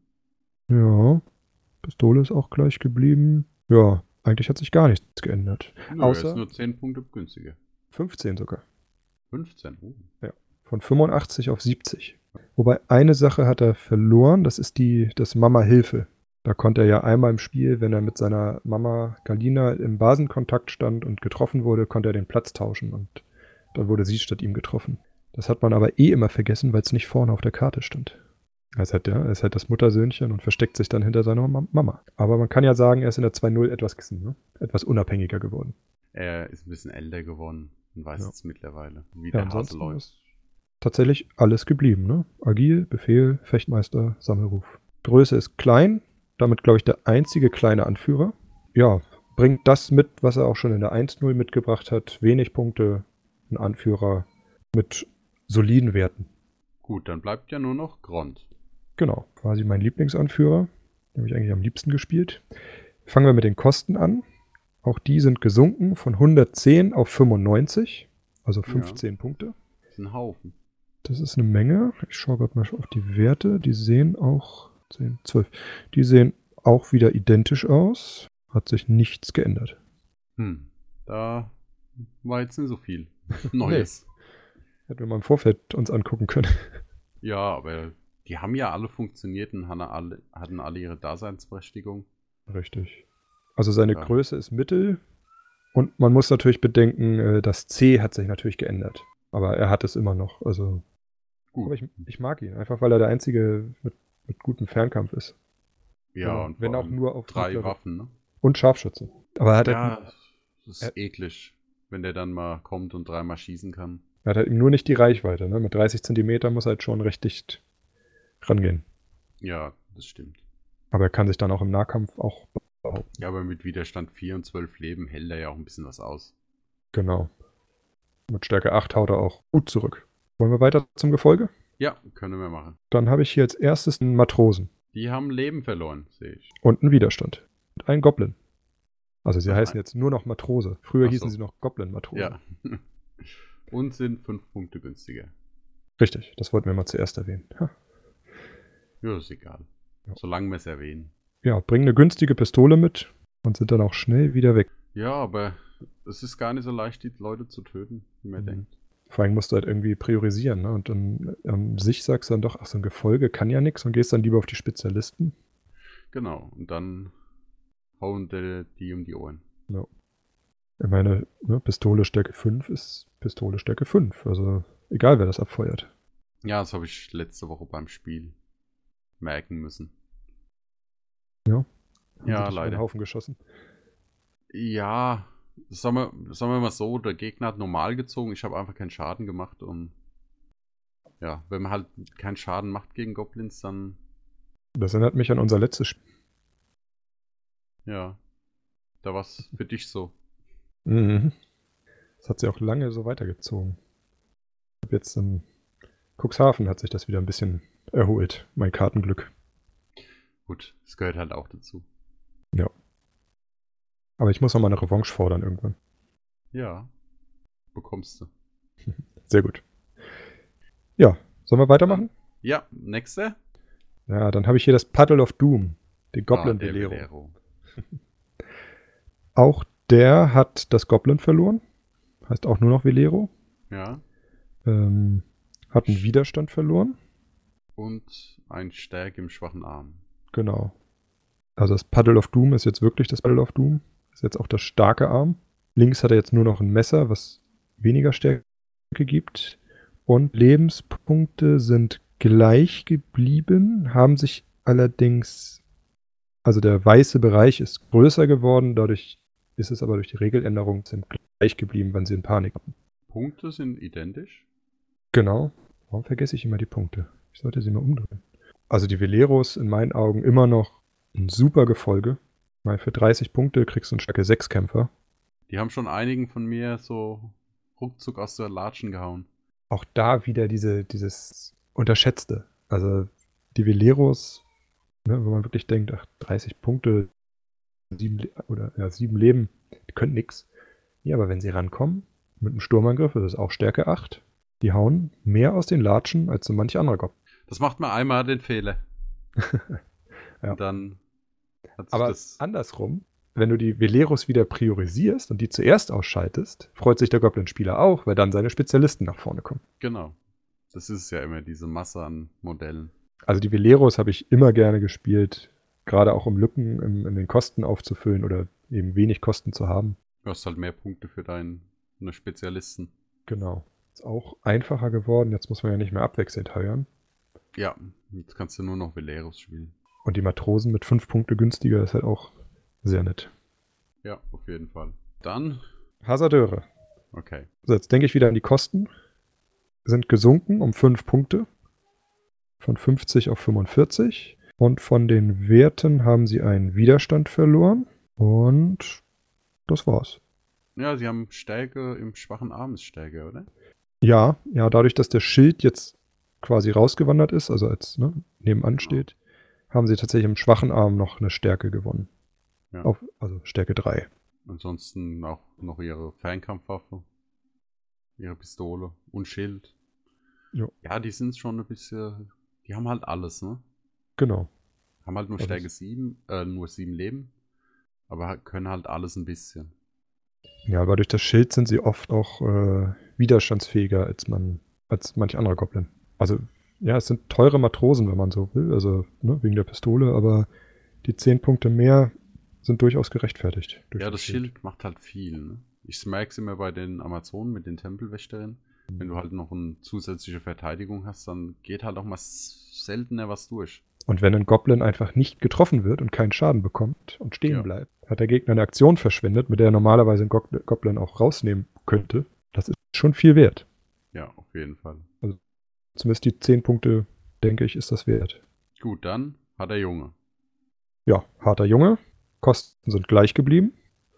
Ja. Pistole ist auch gleich geblieben. Ja, eigentlich hat sich gar nichts geändert. Nö, Außer er ist nur zehn Punkte günstiger. fünfzehn sogar. fünfzehn, oh. Von fünfundachtzig auf siebzig. Wobei eine Sache hat er verloren, das ist die das Mama-Hilfe. Da konnte er ja einmal im Spiel, wenn er mit seiner Mama Galina im Basenkontakt stand und getroffen wurde, konnte er den Platz tauschen und dann wurde sie statt ihm getroffen. Das hat man aber eh immer vergessen, weil es nicht vorne auf der Karte stand. Er ist halt, ja, er ist halt das Muttersöhnchen und versteckt sich dann hinter seiner Mama. Aber man kann ja sagen, er ist in der zwei null etwas, ne? etwas unabhängiger geworden. Er ist ein bisschen älter geworden und weiß Ja. jetzt mittlerweile, wie Ja, der Hase ansonsten läuft. ist tatsächlich alles geblieben, ne? Agil, Befehl, Fechtmeister, Sammelruf. Größe ist klein, damit glaube ich der einzige kleine Anführer. Ja, bringt das mit, was er auch schon in der eins null mitgebracht hat. Wenig Punkte, ein Anführer mit soliden Werten. Gut, dann bleibt ja nur noch Grond. Genau, quasi mein Lieblingsanführer. Den habe ich eigentlich am liebsten gespielt. Fangen wir mit den Kosten an. Auch die sind gesunken von hundertzehn auf fünfundneunzig, also fünfzehn Ja. Punkte. Das ist ein Haufen. Das ist eine Menge. Ich schaue gerade mal auf die Werte. Die sehen auch zehn, zwölf. Die sehen auch wieder identisch aus. Hat sich nichts geändert. Hm, da war jetzt nicht so viel Neues. Hätten wir mal im Vorfeld uns angucken können. Ja, aber die haben ja alle funktioniert und hatten alle, hatten alle ihre Daseinsberechtigung. Richtig. Also seine Ja. Größe ist Mittel. Und man muss natürlich bedenken, äh, das C hat sich natürlich geändert. Aber er hat es immer noch. Also, Gut. aber ich, ich mag ihn. Einfach weil er der Einzige mit, mit gutem Fernkampf ist. Ja, Ja, und wenn vor auch allem nur auf drei mittlere- Waffen, ne? Und Scharfschütze. Aber er hat, halt, Ja, das ist er- eklig, wenn der dann mal kommt und dreimal schießen kann. er hat halt eben nur nicht die Reichweite. Ne? Mit dreißig Zentimeter muss er halt schon recht dicht rangehen. Ja, das stimmt. Aber er kann sich dann auch im Nahkampf auch behaupten. Ja, aber mit Widerstand vier und zwölf Leben hält er ja auch ein bisschen was aus. Genau. Mit Stärke acht haut er auch gut zurück. Wollen wir weiter zum Gefolge? Ja, können wir machen. Dann habe ich hier als erstes einen Matrosen Die haben Leben verloren, sehe ich. und einen Widerstand. Und einen Goblin. Also sie Ach, heißen ein- jetzt nur noch Matrose. Früher Ach hießen so. sie noch Goblin-Matrosen. Ja. Und sind fünf Punkte günstiger. Richtig, das wollten wir mal zuerst erwähnen. Ha. Ja, ist egal. Ja. Solange wir es erwähnen. Ja, bringen eine günstige Pistole mit und sind dann auch schnell wieder weg. Ja, aber es ist gar nicht so leicht, die Leute zu töten, wie man Mhm. denkt. Vor allem musst du halt irgendwie priorisieren, ne? Und dann an sich sagst du dann doch, ach, so ein Gefolge kann ja nichts und gehst dann lieber auf die Spezialisten. Genau. Und dann hauen die, die um die Ohren. Ich meine, ne, Pistole Stärke fünf ist Pistole Stärke fünf. Also egal, wer das abfeuert. Ja, das habe ich letzte Woche beim Spiel merken müssen. Haben Ja, sie dich über den leider. Haufen geschossen. Ja, sagen wir, sagen wir mal so, der Gegner hat normal gezogen, ich habe einfach keinen Schaden gemacht und ja, wenn man halt keinen Schaden macht gegen Goblins, dann Das erinnert mich an unser letztes Spiel. ja. Da war es für dich so. Mhm. Das hat sie auch lange so weitergezogen. Ich hab jetzt in Cuxhaven hat sich das wieder ein bisschen erholt, mein Kartenglück. Gut, das gehört halt auch dazu. Ja. Aber ich muss noch mal eine Revanche fordern irgendwann. Ja, bekommst du. Sehr gut. Ja, sollen wir weitermachen? Ja, nächste. Ja, dann habe ich hier das Puddle of Doom, den Goblin Ah, der Velero. Velero. Auch der hat das Goblin verloren. Heißt auch nur noch Velero. Ja. Ähm, hat einen Widerstand verloren. Und ein Stärke im schwachen Arm. Genau. Also das Puddle of Doom ist jetzt wirklich das Puddle of Doom. Ist jetzt auch das starke Arm. Links hat er jetzt nur noch ein Messer, was weniger Stärke gibt. Und Lebenspunkte sind gleich geblieben, haben sich allerdings, also der weiße Bereich ist größer geworden, dadurch ist es aber durch die Regeländerung sind gleich geblieben, wenn sie in Panik hatten. Punkte sind identisch. Genau. Warum vergesse ich immer die Punkte? Ich sollte sie mal umdrehen. Also die Veleros in meinen Augen immer noch ein super Gefolge. Mal für dreißig Punkte kriegst du einen Stärke sechs Kämpfer. Die haben schon einigen von mir so ruckzuck aus der Latschen gehauen. Auch da wieder diese, dieses Unterschätzte. Also die Veleros, ne, wo man wirklich denkt, ach, dreißig Punkte, sieben, Le- oder, ja, sieben Leben, die können nix. Ja, aber wenn sie rankommen, mit einem Sturmangriff, das ist auch Stärke acht, die hauen mehr aus den Latschen als so manch anderer Goblin. Das macht man einmal den Fehler. Ja. Und dann hat sich Aber das. andersrum, wenn du die Veleros wieder priorisierst und die zuerst ausschaltest, freut sich der Goblin-Spieler auch, weil dann seine Spezialisten nach vorne kommen. Genau. Das ist ja immer diese Masse an Modellen. Also die Veleros habe ich immer gerne gespielt, gerade auch um Lücken in, in den Kosten aufzufüllen oder eben wenig Kosten zu haben. Du hast halt mehr Punkte für deine Spezialisten. Genau. Ist auch einfacher geworden, jetzt muss man ja nicht mehr abwechselnd heuern. Ja, jetzt kannst du nur noch Veleros spielen. Und die Matrosen mit fünf Punkte günstiger ist halt auch sehr nett. Ja, auf jeden Fall. Dann, Hasardeure. okay. So, jetzt denke ich wieder an die Kosten. Sind gesunken um fünf Punkte. Von fünfzig auf fünfundvierzig. Und von den Werten haben sie einen Widerstand verloren. Und das war's. Ja, sie haben Stärke im schwachen Arm ist Stärke, oder? Ja, ja, dadurch, dass der Schild jetzt quasi rausgewandert ist, also als ne, nebenan steht, haben sie tatsächlich im schwachen Arm noch eine Stärke gewonnen. Ja. Auf, also Stärke drei. Ansonsten auch noch ihre Fernkampfwaffe, ihre Pistole und Schild. Jo. Ja, die sind schon ein bisschen. Die haben halt alles, ne? Genau. Haben halt nur Das Stärke ist- sieben, äh, nur sieben Leben. Aber halt- können halt alles ein bisschen. Ja, aber durch das Schild sind sie oft auch äh, widerstandsfähiger als man, als manch anderer Goblin. Also, ja, es sind teure Matrosen, wenn man so will, also ne, wegen der Pistole, aber die zehn Punkte mehr sind durchaus gerechtfertigt. durch Ja, das Schild macht halt viel, ne? Ich merke es immer bei den Amazonen mit den Tempelwächterinnen. Wenn du halt noch eine zusätzliche Verteidigung hast, dann geht halt auch mal s- seltener was durch. Und wenn ein Goblin einfach nicht getroffen wird und keinen Schaden bekommt und stehen Ja. bleibt, hat der Gegner eine Aktion verschwendet, mit der er normalerweise einen Go- Goblin auch rausnehmen könnte. Das ist schon viel wert. Ja, auf jeden Fall. Zumindest die zehn Punkte, denke ich, ist das wert. Gut, dann hat der Junge. Ja, harter Junge. Kosten sind gleich geblieben.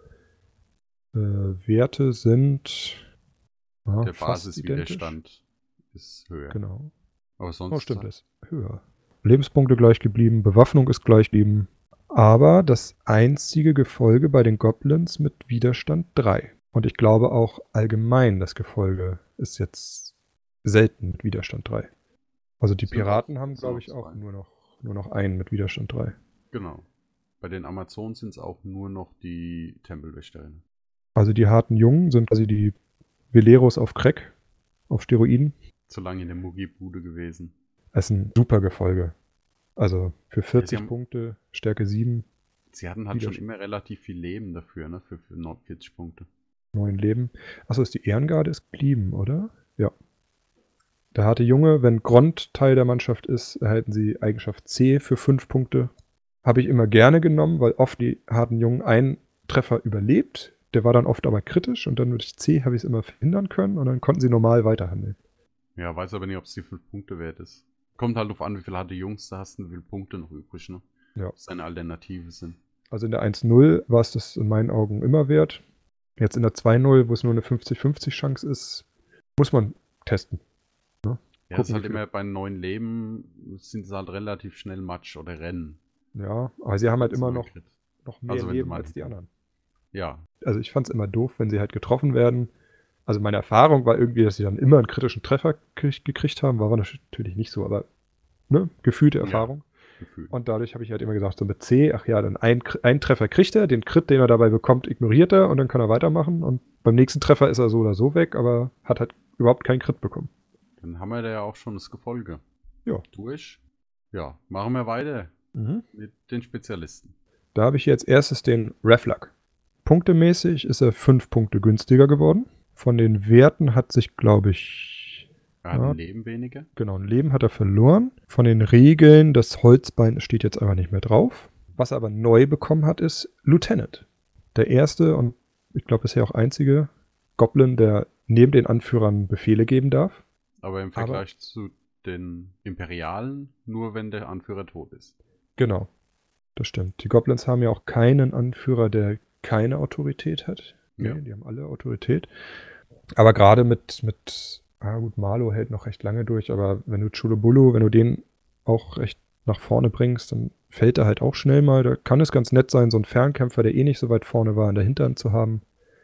Äh, Werte sind ja, Der fast Basiswiderstand ist höher. Genau. Aber sonst. Oh, stimmt, ist höher. Lebenspunkte gleich geblieben, Bewaffnung ist gleich geblieben. Aber das einzige Gefolge bei den Goblins mit Widerstand drei. Und ich glaube auch allgemein, das Gefolge ist jetzt selten mit Widerstand drei. Also die Sind Piraten auch- haben, sind glaube auch ich, auch zwei. nur noch, nur noch einen mit Widerstand drei. Genau. Bei den Amazonen sind es auch nur noch die Tempelwächterinnen. Also die harten Jungen sind quasi die Veleros auf Crack, auf Steroiden. Zu lange in der Muggi-Bude gewesen. Das ist ein super Gefolge. Also für vierzig haben- Punkte, Stärke sieben, Sie hatten halt schon Widerstand. immer relativ viel Leben dafür, ne? Für, für vierzig Punkte. neun Leben. Achso, ist die Ehrengarde ist geblieben, oder? Ja. Der harte Junge, wenn Grond Teil der Mannschaft ist, erhalten sie Eigenschaft C für fünf Punkte. Habe ich immer gerne genommen, weil oft die harten Jungen einen Treffer überlebt. Der war dann oft aber kritisch und dann durch C habe ich es immer verhindern können und dann konnten sie normal weiterhandeln. Ja, weiß aber nicht, ob es die fünf Punkte wert ist. Kommt halt drauf an, wie viele harte Jungs du hast und wie viele Punkte noch übrig, ne? Ja. Was deine Alternative sind. Also in der eins null war es das in meinen Augen immer wert. Jetzt in der zwei null, wo es nur eine fünfzig fünfzig Chance ist, muss man testen. Ne? Ja, das ist Gucken, halt wie viel- immer bei neuen Leben, sind sie halt relativ schnell Matsch oder Rennen. Ja, aber sie haben halt immer So noch, gekriegt. noch mehr Also wenn du Leben mal- als die anderen. Ja, Also ich fand es immer doof, wenn sie halt getroffen werden. Also meine Erfahrung war irgendwie, dass sie dann immer einen kritischen Treffer krieg- gekriegt haben. War natürlich nicht so, aber ne, gefühlte Ja. Erfahrung. Gefühl. Und dadurch habe ich halt immer gesagt, so mit C, ach ja, dann ein, ein Treffer kriegt er, den Crit, den er dabei bekommt, ignoriert er und dann kann er weitermachen. Und beim nächsten Treffer ist er so oder so weg, aber hat halt überhaupt keinen Crit bekommen. Dann haben wir da ja auch schon das Gefolge. Ja. Durch. Ja, machen wir weiter Mhm. mit den Spezialisten. Da habe ich jetzt erstes den Reflux. Punktemäßig ist er fünf Punkte günstiger geworden. Von den Werten hat sich, glaube ich, Er hat Ja. ein Leben weniger. genau, ein Leben hat er verloren. Von den Regeln, das Holzbein steht jetzt aber nicht mehr drauf. Was er aber neu bekommen hat, ist Lieutenant. Der erste und ich glaube bisher auch einzige Goblin, der neben den Anführern Befehle geben darf. Aber im Vergleich zu den Imperialen nur, wenn der Anführer tot ist. Genau, das stimmt. Die Goblins haben ja auch keinen Anführer, der keine Autorität hat. Nee, Ja. die haben alle Autorität. Aber gerade mit, mit, ah gut, Marlo hält noch recht lange durch, aber wenn du Chulobulu, wenn du den auch recht nach vorne bringst, dann fällt er halt auch schnell mal. Da kann es ganz nett sein, so einen Fernkämpfer, der eh nicht so weit vorne war, in der Hinterhand zu haben,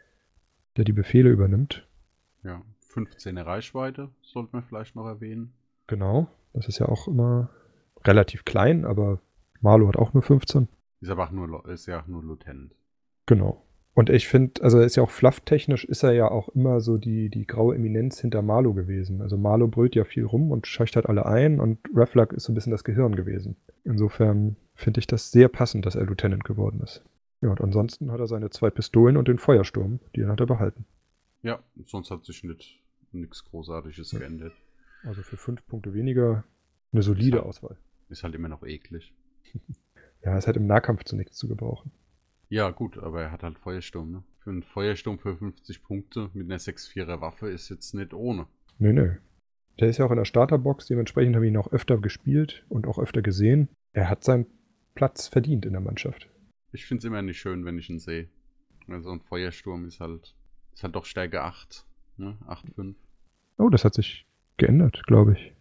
der die Befehle übernimmt. Ja, fünfzehner Reichweite sollte man vielleicht noch erwähnen. Genau, das ist ja auch immer relativ klein, aber Marlo hat auch nur fünfzehn. Ist aber auch nur, ist ja auch nur Lieutenant. Genau. Und ich finde, also er ist ja auch flufftechnisch, ist er ja auch immer so die, die graue Eminenz hinter Marlo gewesen. Also Marlo brüllt ja viel rum und scheucht halt alle ein und Reflux ist so ein bisschen das Gehirn gewesen. Insofern finde ich das sehr passend, dass er Lieutenant geworden ist. Ja, und ansonsten hat er seine zwei Pistolen und den Feuersturm, die hat er behalten. Ja, sonst hat sich nicht nichts Großartiges Ja. geändert. Also für fünf Punkte weniger eine solide Ja. Auswahl. Ist halt immer noch eklig. Ja, ist halt im Nahkampf zu nichts zu gebrauchen. Ja, gut, aber er hat halt Feuersturm, ne? Für einen Feuersturm für fünfzig Punkte mit einer sechs vierer Waffe ist jetzt nicht ohne. Nö, nö. Der ist ja auch in der Starterbox, dementsprechend habe ich ihn auch öfter gespielt und auch öfter gesehen. Er hat seinen Platz verdient in der Mannschaft. Ich find's immer nicht schön, wenn ich ihn sehe. Also ein Feuersturm ist halt, ist halt doch Stärke acht, ne? acht fünf. Oh, das hat sich geändert, glaube ich.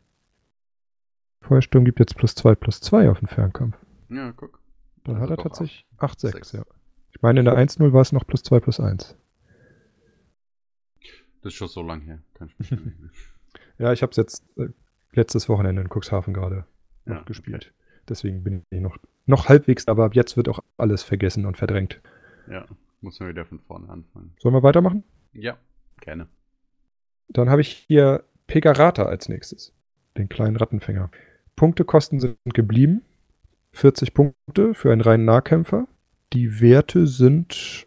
Feuersturm gibt jetzt plus zwei plus zwei auf den Fernkampf. Ja, guck. Dann Also hat er doch tatsächlich acht sechs, sechs. ja. Ich meine, in der eins null war es noch plus zwei plus eins. Das ist schon so lang her. Kann ich mich nicht erinnern. Ja, ich habe es jetzt äh, letztes Wochenende in Cuxhaven gerade noch Ja, gespielt. Deswegen bin ich noch, noch halbwegs, aber ab jetzt wird auch alles vergessen und verdrängt. Ja, muss man wieder von vorne anfangen. Sollen wir weitermachen? Ja, gerne. Dann habe ich hier Pegarata als nächstes. Den kleinen Rattenfänger. Punktekosten sind geblieben. vierzig Punkte für einen reinen Nahkämpfer. Die Werte sind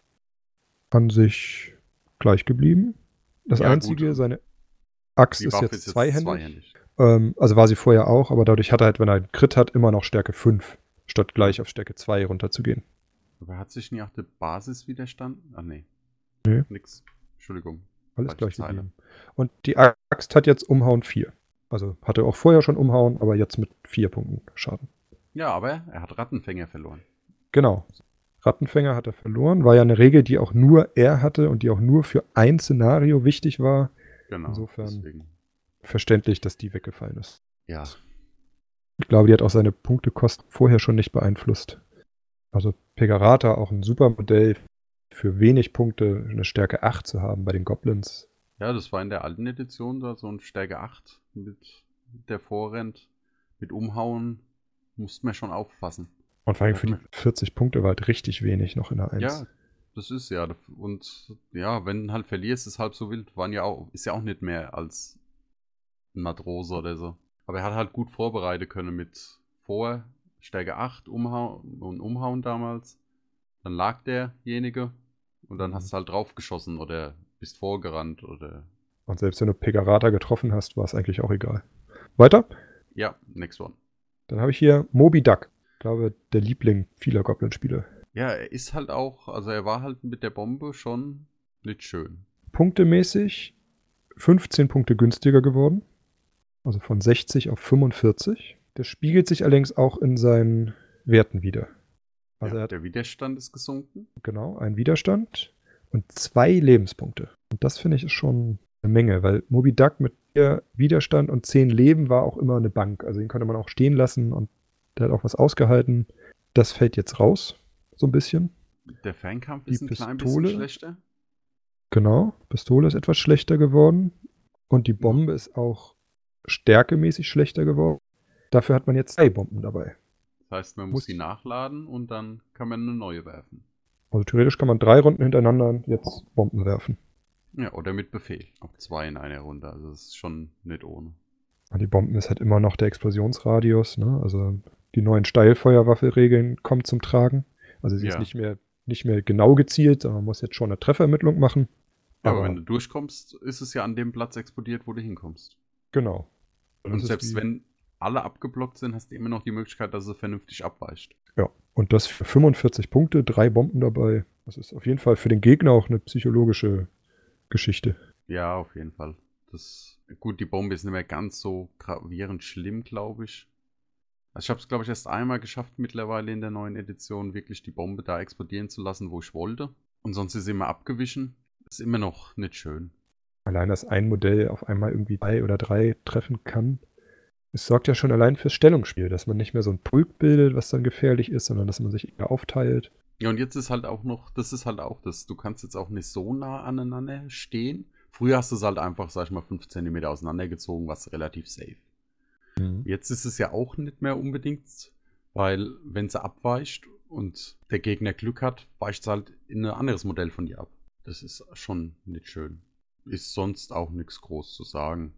an sich gleich geblieben. Das Ja, Einzige, gut. seine Axt Die ist Waffe jetzt ist jetzt zweihändig. zweihändig. Ähm, also war sie vorher auch, aber dadurch hat er halt, wenn er einen Crit hat, immer noch Stärke fünf, statt gleich auf Stärke zwei runterzugehen. Aber hat sich nicht auch der Basiswiderstand? Ach nee. Nee. Nix. Entschuldigung. Alles Falsche gleich Zeile. geblieben. Und die Axt hat jetzt Umhauen vier. Also hatte auch vorher schon Umhauen, aber jetzt mit vier Punkten Schaden. Ja, aber er hat Rattenfänger verloren. Genau. Rattenfänger hat er verloren. War ja eine Regel, die auch nur er hatte und die auch nur für ein Szenario wichtig war. Genau. Insofern- Deswegen. Verständlich, dass die weggefallen ist. Ja. Ich glaube, die hat auch seine Punktekosten vorher schon nicht beeinflusst. Also Pegarata auch ein super Modell für wenig Punkte, eine Stärke acht zu haben bei den Goblins. Ja, das war in der alten Edition da so ein Stärke acht mit der Vorrennt. Mit Umhauen musste man schon aufpassen. Und vor allem für die vierzig Punkte war halt richtig wenig noch in der eins. Ja, das ist ja. Und ja, wenn du halt verlierst, ist halb so wild. Waren ja auch, ist ja auch nicht mehr als ein Matrose oder so. Aber er hat halt gut vorbereitet können mit vor Stärke acht Umhauen und Umhauen damals. Dann lag derjenige und dann Mhm. hast du halt draufgeschossen oder bist vorgerannt oder. Und selbst wenn du Pegarata getroffen hast, war es eigentlich auch egal. Weiter? Ja, next one. Dann habe ich hier Moby Duck. Ich glaube, der Liebling vieler Goblin-Spiele. Ja, er ist halt auch, also er war halt mit der Bombe schon nicht schön. Punktemäßig fünfzehn Punkte günstiger geworden. Also von sechzig auf fünfundvierzig. Das spiegelt sich allerdings auch in seinen Werten wieder. Also ja, er hat der Widerstand ist gesunken. genau einen Widerstand und zwei Lebenspunkte. Und das finde ich ist schon eine Menge, weil Moby Duck mit vier Widerstand und zehn Leben war auch immer eine Bank. Also den konnte man auch stehen lassen und der hat auch was ausgehalten. Das fällt jetzt raus, so ein bisschen. Der Fernkampf Die ist ein klein bisschen Pistole, schlechter. genau, Pistole ist etwas schlechter geworden und die Bombe ist auch stärkemäßig schlechter geworden. Dafür hat man jetzt zwei Bomben dabei. Das heißt, man muss, Muss- sie nachladen und dann kann man eine neue werfen. Also theoretisch kann man drei Runden hintereinander jetzt Bomben werfen. Ja, oder mit Befehl. Auch zwei in einer Runde. Also das ist schon nicht ohne. Und die Bomben ist halt immer noch der Explosionsradius, ne? Also die neuen Steilfeuerwaffe-Regeln kommen zum Tragen. Also sie Ja. ist nicht mehr, nicht mehr genau gezielt, sondern man muss jetzt schon eine Trefferermittlung machen. Ja, aber, Aber- wenn du durchkommst, ist es ja an dem Platz explodiert, wo du hinkommst. Genau. Und Das ist selbst wie- wenn alle abgeblockt sind, hast du immer noch die Möglichkeit, dass es vernünftig abweicht. Ja, und das für fünfundvierzig Punkte, drei Bomben dabei. Das ist auf jeden Fall für den Gegner auch eine psychologische Geschichte. Ja, auf jeden Fall. Das, gut, die Bombe ist nicht mehr ganz so gravierend schlimm, glaube ich. Also ich habe es, glaube ich, erst einmal geschafft mittlerweile in der neuen Edition, wirklich die Bombe da explodieren zu lassen, wo ich wollte. Und sonst ist sie immer abgewichen. Ist immer noch nicht schön. Allein, dass ein Modell auf einmal irgendwie zwei oder drei treffen kann, es sorgt ja schon allein fürs Stellungsspiel, dass man nicht mehr so ein Pulk bildet, was dann gefährlich ist, sondern dass man sich eher aufteilt. Ja, und jetzt ist halt auch noch, das ist halt auch das, du kannst jetzt auch nicht so nah aneinander stehen. Früher hast du es halt einfach, sag ich mal, fünf Zentimeter auseinandergezogen, was relativ safe. Jetzt ist es ja auch nicht mehr unbedingt, weil wenn sie abweicht und der Gegner Glück hat, weicht es halt in ein anderes Modell von dir ab. Das ist schon nicht schön. Ist sonst auch nichts groß zu sagen.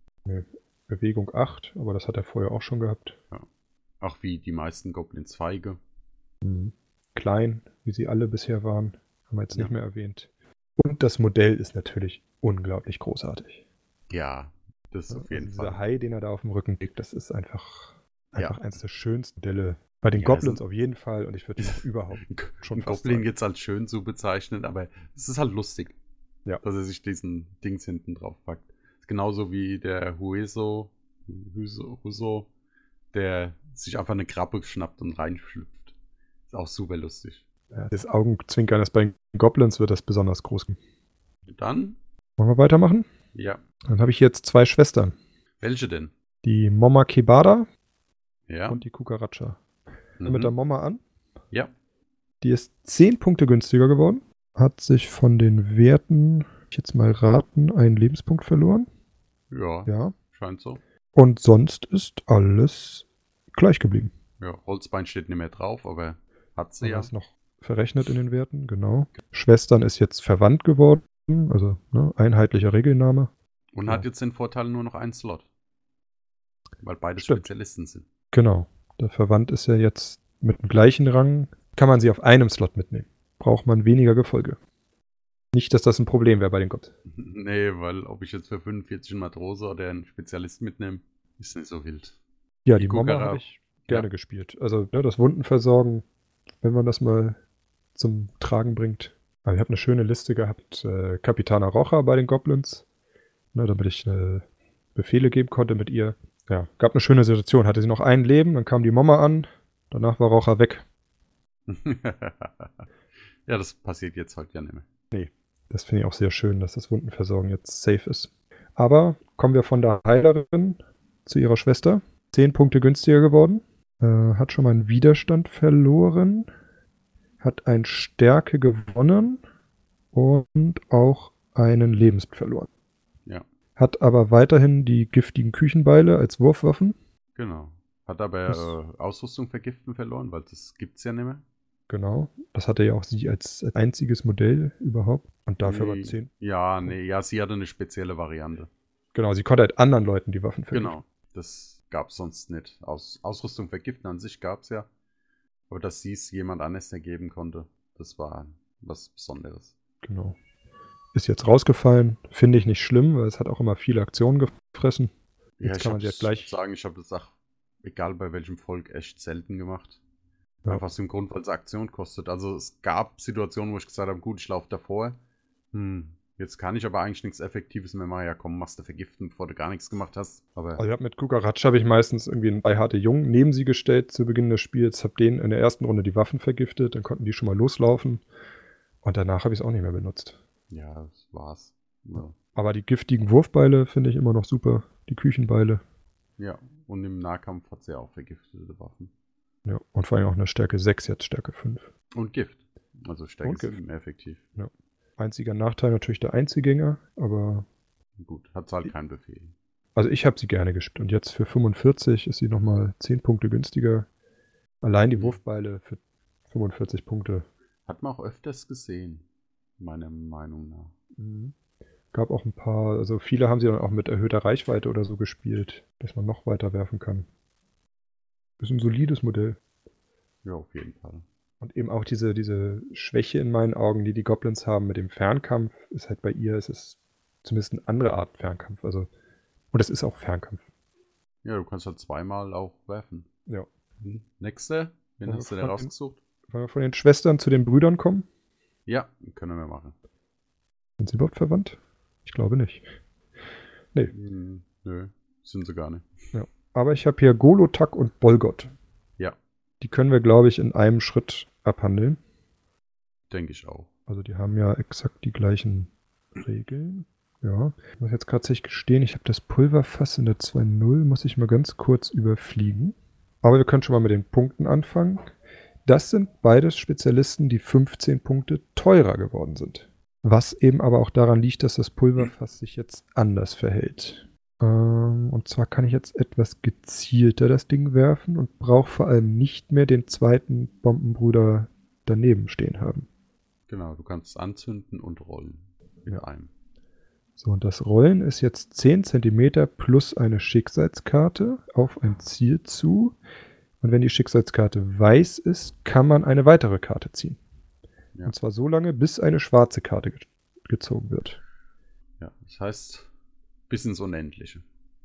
Bewegung acht, aber das hat er vorher auch schon gehabt. Auch wie die meisten Goblin-Zweige. Mhm. Klein, wie sie alle bisher waren, haben wir jetzt Ja. nicht mehr erwähnt. Und das Modell ist natürlich unglaublich großartig. Ja, das auf jeden also Fall. Dieser Hai, den er da auf dem Rücken legt, das ist einfach, einfach Ja. eins der schönsten Modelle. Bei den Ja, Goblins also- auf jeden Fall und ich würde ihn auch überhaupt schon Ein fast Goblin sagen. jetzt als schön zu bezeichnen, aber es ist halt lustig, Ja. dass er sich diesen Dings hinten drauf packt. Ist genauso wie der Hueso, Huso, Huso, der sich einfach eine Krabbe schnappt und reinschlüpft. Ist auch super lustig. Ja, das Augenzwinkern ist bei den Goblins wird das besonders groß. Dann, Wollen wir weitermachen? ja, Dann habe ich jetzt zwei Schwestern. welche denn? Die Moma Kebada Ja. und die Kukaracha. mhm. Mit der Moma an. Ja. Die ist zehn Punkte günstiger geworden. Hat sich von den Werten, ich jetzt mal raten, einen Lebenspunkt verloren. Ja, Ja. scheint so. Und sonst ist alles gleich geblieben. Ja, Holzbein steht nicht mehr drauf, aber hat sie Aber ja. ist noch verrechnet in den Werten, genau. Schwestern ist jetzt verwandt geworden, also ne, einheitlicher Regelname. Und Ja. hat jetzt den Vorteil nur noch einen Slot. Weil beide Stimmt. Spezialisten sind. Genau. Der Verwandt ist ja jetzt mit dem gleichen Rang, kann man sie auf einem Slot mitnehmen. Braucht man weniger Gefolge. Nicht, dass das ein Problem wäre bei den Goblins. Nee, weil ob ich jetzt für fünfundvierzig einen Matrose oder einen Spezialist mitnehme, ist nicht so wild. Ja, Die die, Mama Kukara- habe ich gerne Ja. gespielt. Also ne, das Wundenversorgen, wenn man das mal zum Tragen bringt. Aber ich habe eine schöne Liste gehabt. Äh, Capitana Rocha bei den Goblins. Ne, damit ich äh, Befehle geben konnte mit ihr. Ja, gab eine schöne Situation. Hatte sie noch ein Leben, dann kam die Mama an. Danach war Rocha weg. Ja, das passiert jetzt heute ja nicht mehr. Das finde ich auch sehr schön, dass das Wundenversorgen jetzt safe ist. Aber kommen wir von der Heilerin zu ihrer Schwester. Zehn Punkte günstiger geworden. Äh, hat schon mal einen Widerstand verloren. Hat ein Stärke gewonnen. Und auch einen Lebenspunkt verloren. Ja. Hat aber weiterhin die giftigen Küchenbeile als Wurfwaffen. Genau. Hat aber Das- äh, Ausrüstung vergiften verloren, weil das gibt's ja nicht mehr. Genau. Das hatte ja auch sie als einziges Modell überhaupt. Und dafür Nee, aber zehn. Ja, nee, ja, sie hatte eine spezielle Variante. Genau, sie konnte halt anderen Leuten die Waffen vergiften. Genau. Das gab's sonst nicht. Aus, Ausrüstung vergiften an sich gab's ja. Aber dass sie es jemand anders ergeben konnte, das war was Besonderes. Genau. Ist jetzt rausgefallen. Finde ich nicht schlimm, weil es hat auch immer viele Aktionen gefressen. Jetzt kann man sie hab's- halt gleich- sagen, ich habe das auch, egal bei welchem Volk, echt selten gemacht. Ja. Einfach aus dem Grund, weil es Aktion kostet. Also es gab Situationen, wo ich gesagt habe, gut, ich laufe davor. Hm, Jetzt kann ich aber eigentlich nichts Effektives mehr machen. Ja, komm, machst du vergiften, bevor du gar nichts gemacht hast. Aber Also ich hab mit Kukaratsch habe ich meistens irgendwie einen bei harte Jungen neben sie gestellt zu Beginn des Spiels, habe denen in der ersten Runde die Waffen vergiftet, dann konnten die schon mal loslaufen und danach habe ich es auch nicht mehr benutzt. ja, das war's. Ja. Aber die giftigen Wurfbeile finde ich immer noch super, die Küchenbeile. ja, und im Nahkampf hat sie ja auch vergiftete Waffen. Ja, und vor allem auch eine Stärke sechs, jetzt Stärke fünf. Und Gift. Also Stärke Und Gift. sieben effektiv. Ja. Einziger Nachteil natürlich der Einzelgänger, aber Gut, hat halt keinen Befehl. also ich habe sie gerne gespielt und jetzt für fünfundvierzig ist sie nochmal zehn Punkte günstiger. Allein die Mhm. Wurfbeile für fünfundvierzig Punkte. Hat man auch öfters gesehen, meiner Meinung nach. Mhm. Gab auch ein paar, also viele haben sie dann auch mit erhöhter Reichweite oder so gespielt, dass man noch weiter werfen kann. Ist ein solides Modell. Ja, auf jeden Fall. Und eben auch diese, diese Schwäche in meinen Augen, die die Goblins haben mit dem Fernkampf, ist halt bei ihr, es ist zumindest eine andere Art Fernkampf. Also, und es ist auch Fernkampf. Ja, du kannst halt zweimal auch werfen. Ja. Mhm. Nächste? Wen Ja, hast du denn von den- rausgesucht? Wollen wir von den Schwestern zu den Brüdern kommen? Ja, können wir machen. Sind sie überhaupt verwandt? Ich glaube nicht. Nee. Hm, nö, sind sie gar nicht. Aber ich habe hier Golotak und Bolgot. Ja, Die können wir, glaube ich, in einem Schritt abhandeln. denke ich auch. Also die haben ja exakt die gleichen Regeln. Ja, ich muss jetzt gerade tatsächlich gestehen, ich habe das Pulverfass in der zwei null, muss ich mal ganz kurz überfliegen. Aber wir können schon mal mit den Punkten anfangen. Das sind beides Spezialisten, die fünfzehn Punkte teurer geworden sind. Was eben aber auch daran liegt, dass das Pulverfass sich jetzt anders verhält. Ähm, und zwar kann ich jetzt etwas gezielter das Ding werfen und brauche vor allem nicht mehr den zweiten Bombenbruder daneben stehen haben. Genau, du kannst es anzünden und rollen. Mit Ja. einem. So, und das Rollen ist jetzt zehn Zentimeter plus eine Schicksalskarte auf ein Ziel zu. Und wenn die Schicksalskarte weiß ist, kann man eine weitere Karte ziehen. Ja. Und zwar so lange, bis eine schwarze Karte ge gezogen wird. Ja, das heißt, bis ins Unendliche.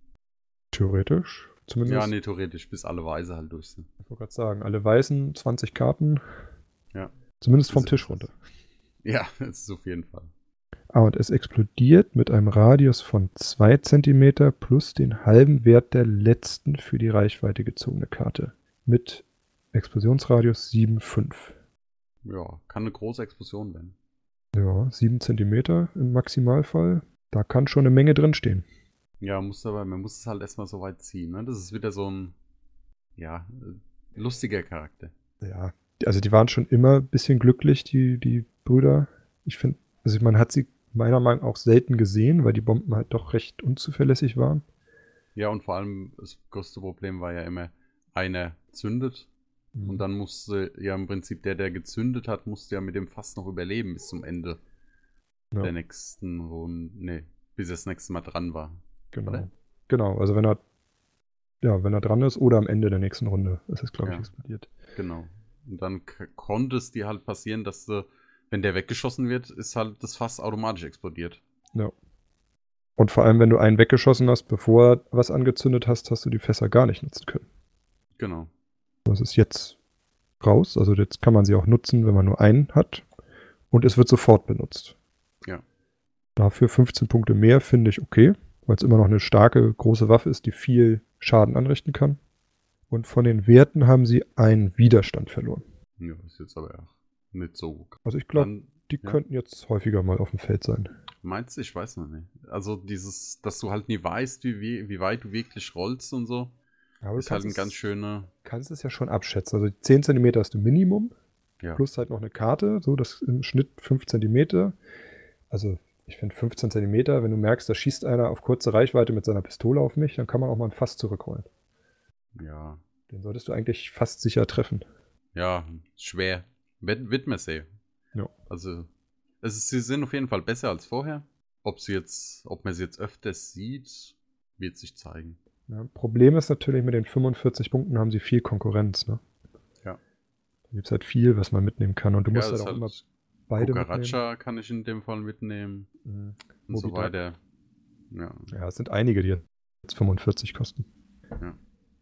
Theoretisch. Zumindest, Ja, nee, theoretisch, bis alle Weise halt durch sind. ich wollte gerade sagen, alle weißen zwanzig Karten. Ja. Zumindest vom Das Tisch ist runter. Ja, das ist auf jeden Fall. Ah, und es explodiert mit einem Radius von zwei Zentimeter plus den halben Wert der letzten für die Reichweite gezogene Karte. Mit Explosionsradius sieben Komma fünf. Ja, kann eine große Explosion werden. Ja, sieben Zentimeter im Maximalfall. Da kann schon eine Menge drinstehen. Ja, muss aber, man muss es halt erstmal so weit ziehen. Ne? Das ist wieder so ein, ja, äh, lustiger Charakter. Ja, also die waren schon immer ein bisschen glücklich, die, die Brüder. Ich finde, also man hat sie meiner Meinung nach auch selten gesehen, weil die Bomben halt doch recht unzuverlässig waren. Ja, und vor allem das größte Problem war ja immer, einer zündet Mhm. und dann musste ja im Prinzip der, der gezündet hat, musste ja mit dem Fass noch überleben bis zum Ende Ja. der nächsten Runde. Nee, bis er das nächste Mal dran war. Genau. Oder? Genau, also wenn er ja, wenn er dran ist oder am Ende der nächsten Runde ist es, glaube ich, Ja. explodiert. Genau. Und dann k- konnte es dir halt passieren, dass du, wenn der weggeschossen wird, ist halt das Fass automatisch explodiert. Ja. Und vor allem, wenn du einen weggeschossen hast, bevor du was angezündet hast, hast du die Fässer gar nicht nutzen können. Genau. Das ist jetzt raus, also jetzt kann man sie auch nutzen, wenn man nur einen hat. Und es wird sofort benutzt. Ja. Dafür fünfzehn Punkte mehr finde ich okay, weil es immer noch eine starke, große Waffe ist, die viel Schaden anrichten kann. Und von den Werten haben sie einen Widerstand verloren. Ja, ist jetzt aber auch nicht so. Also ich glaube, Dann, die ja. könnten jetzt häufiger mal auf dem Feld sein. Meinst du? Ich weiß noch nicht. Also dieses, dass du halt nie weißt, wie, wie, wie weit du wirklich rollst und so, Aber ist halt ein ganz schöner. kannst es ja schon abschätzen. Also zehn Zentimeter ist ein Minimum, Ja. plus halt noch eine Karte, so das im Schnitt fünf Zentimeter. Also ich finde fünfzehn Zentimeter, wenn du merkst, da schießt einer auf kurze Reichweite mit seiner Pistole auf mich, dann kann man auch mal ein Fass zurückrollen. Ja. Den solltest du eigentlich fast sicher treffen. Ja, schwer. Wird, wird man sehen. Ja. Also, es ist, sie sind auf jeden Fall besser als vorher. Ob sie jetzt, ob man sie jetzt öfters sieht, wird sich zeigen. Ja, Problem ist natürlich, mit den fünfundvierzig Punkten haben sie viel Konkurrenz. Ne? Ja. Da gibt es halt viel, was man mitnehmen kann. Und du Ja, musst das halt auch ist immer halt beide mitnehmen. Kukaracha kann ich in dem Fall mitnehmen Mhm. und so Moby Duck. weiter. Ja. Ja, es sind einige, die jetzt fünfundvierzig kosten. Ja.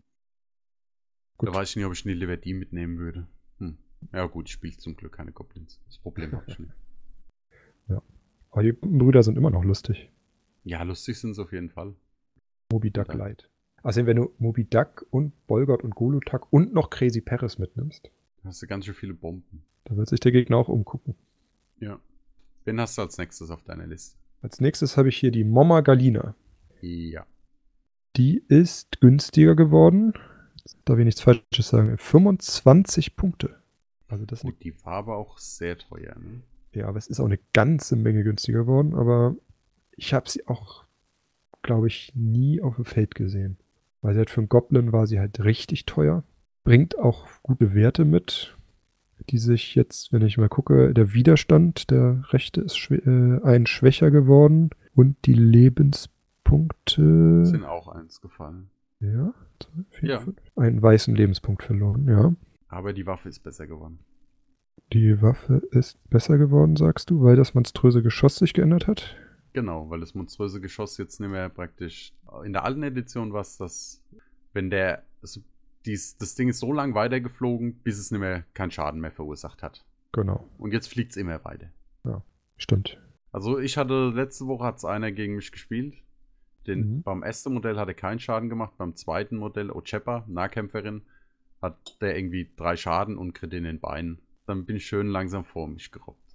Gut. Da weiß ich nicht, ob ich nie lieber die mitnehmen würde. Hm. Ja gut, ich spiele zum Glück keine Goblins. Das Problem habe ich nicht. Aber die Brüder sind immer noch lustig. Ja, lustig sind sie auf jeden Fall. Moby Duck Ja. Light. Also wenn du Moby Duck und Bolgot und Golutak und noch Crazy Paris mitnimmst, Da hast du ganz schön viele Bomben. da wird sich der Gegner auch umgucken. Ja. Wen hast du als nächstes auf deiner Liste? Als nächstes habe ich hier die Moma Galina. Ja. Die ist günstiger geworden. Jetzt darf ich nichts Falsches sagen. fünfundzwanzig Punkte. Also das ist eine, Gut, die war aber auch sehr teuer, ne? ja, aber es ist auch eine ganze Menge günstiger geworden. Aber ich habe sie auch, glaube ich, nie auf dem Feld gesehen. Weil sie halt für einen Goblin war sie halt richtig teuer. Bringt auch gute Werte mit, die sich jetzt, wenn ich mal gucke, der Widerstand, der rechte ist schwä äh, ein schwächer geworden. Und die Lebenspunkte. Sind auch eins gefallen. Ja, zwei, vier, Ja. fünf. Einen weißen Lebenspunkt verloren, ja. Aber die Waffe ist besser geworden. Die Waffe ist besser geworden, sagst du, weil das monströse Geschoss sich geändert hat? Genau, weil das monströse Geschoss jetzt nicht mehr praktisch. In der alten Edition war es das, wenn der. Also dies, das Ding ist so lang weitergeflogen, bis es nicht mehr keinen Schaden mehr verursacht hat. Genau, Und jetzt fliegt es immer weiter. stimmt. Also ich hatte, letzte Woche hat es einer gegen mich gespielt. Den, Mhm. Beim ersten Modell hat er keinen Schaden gemacht. Beim zweiten Modell, Ochepa, Nahkämpferin, hat der irgendwie drei Schaden und Crit in den Beinen. Dann bin ich schön langsam vor mich gerobbt.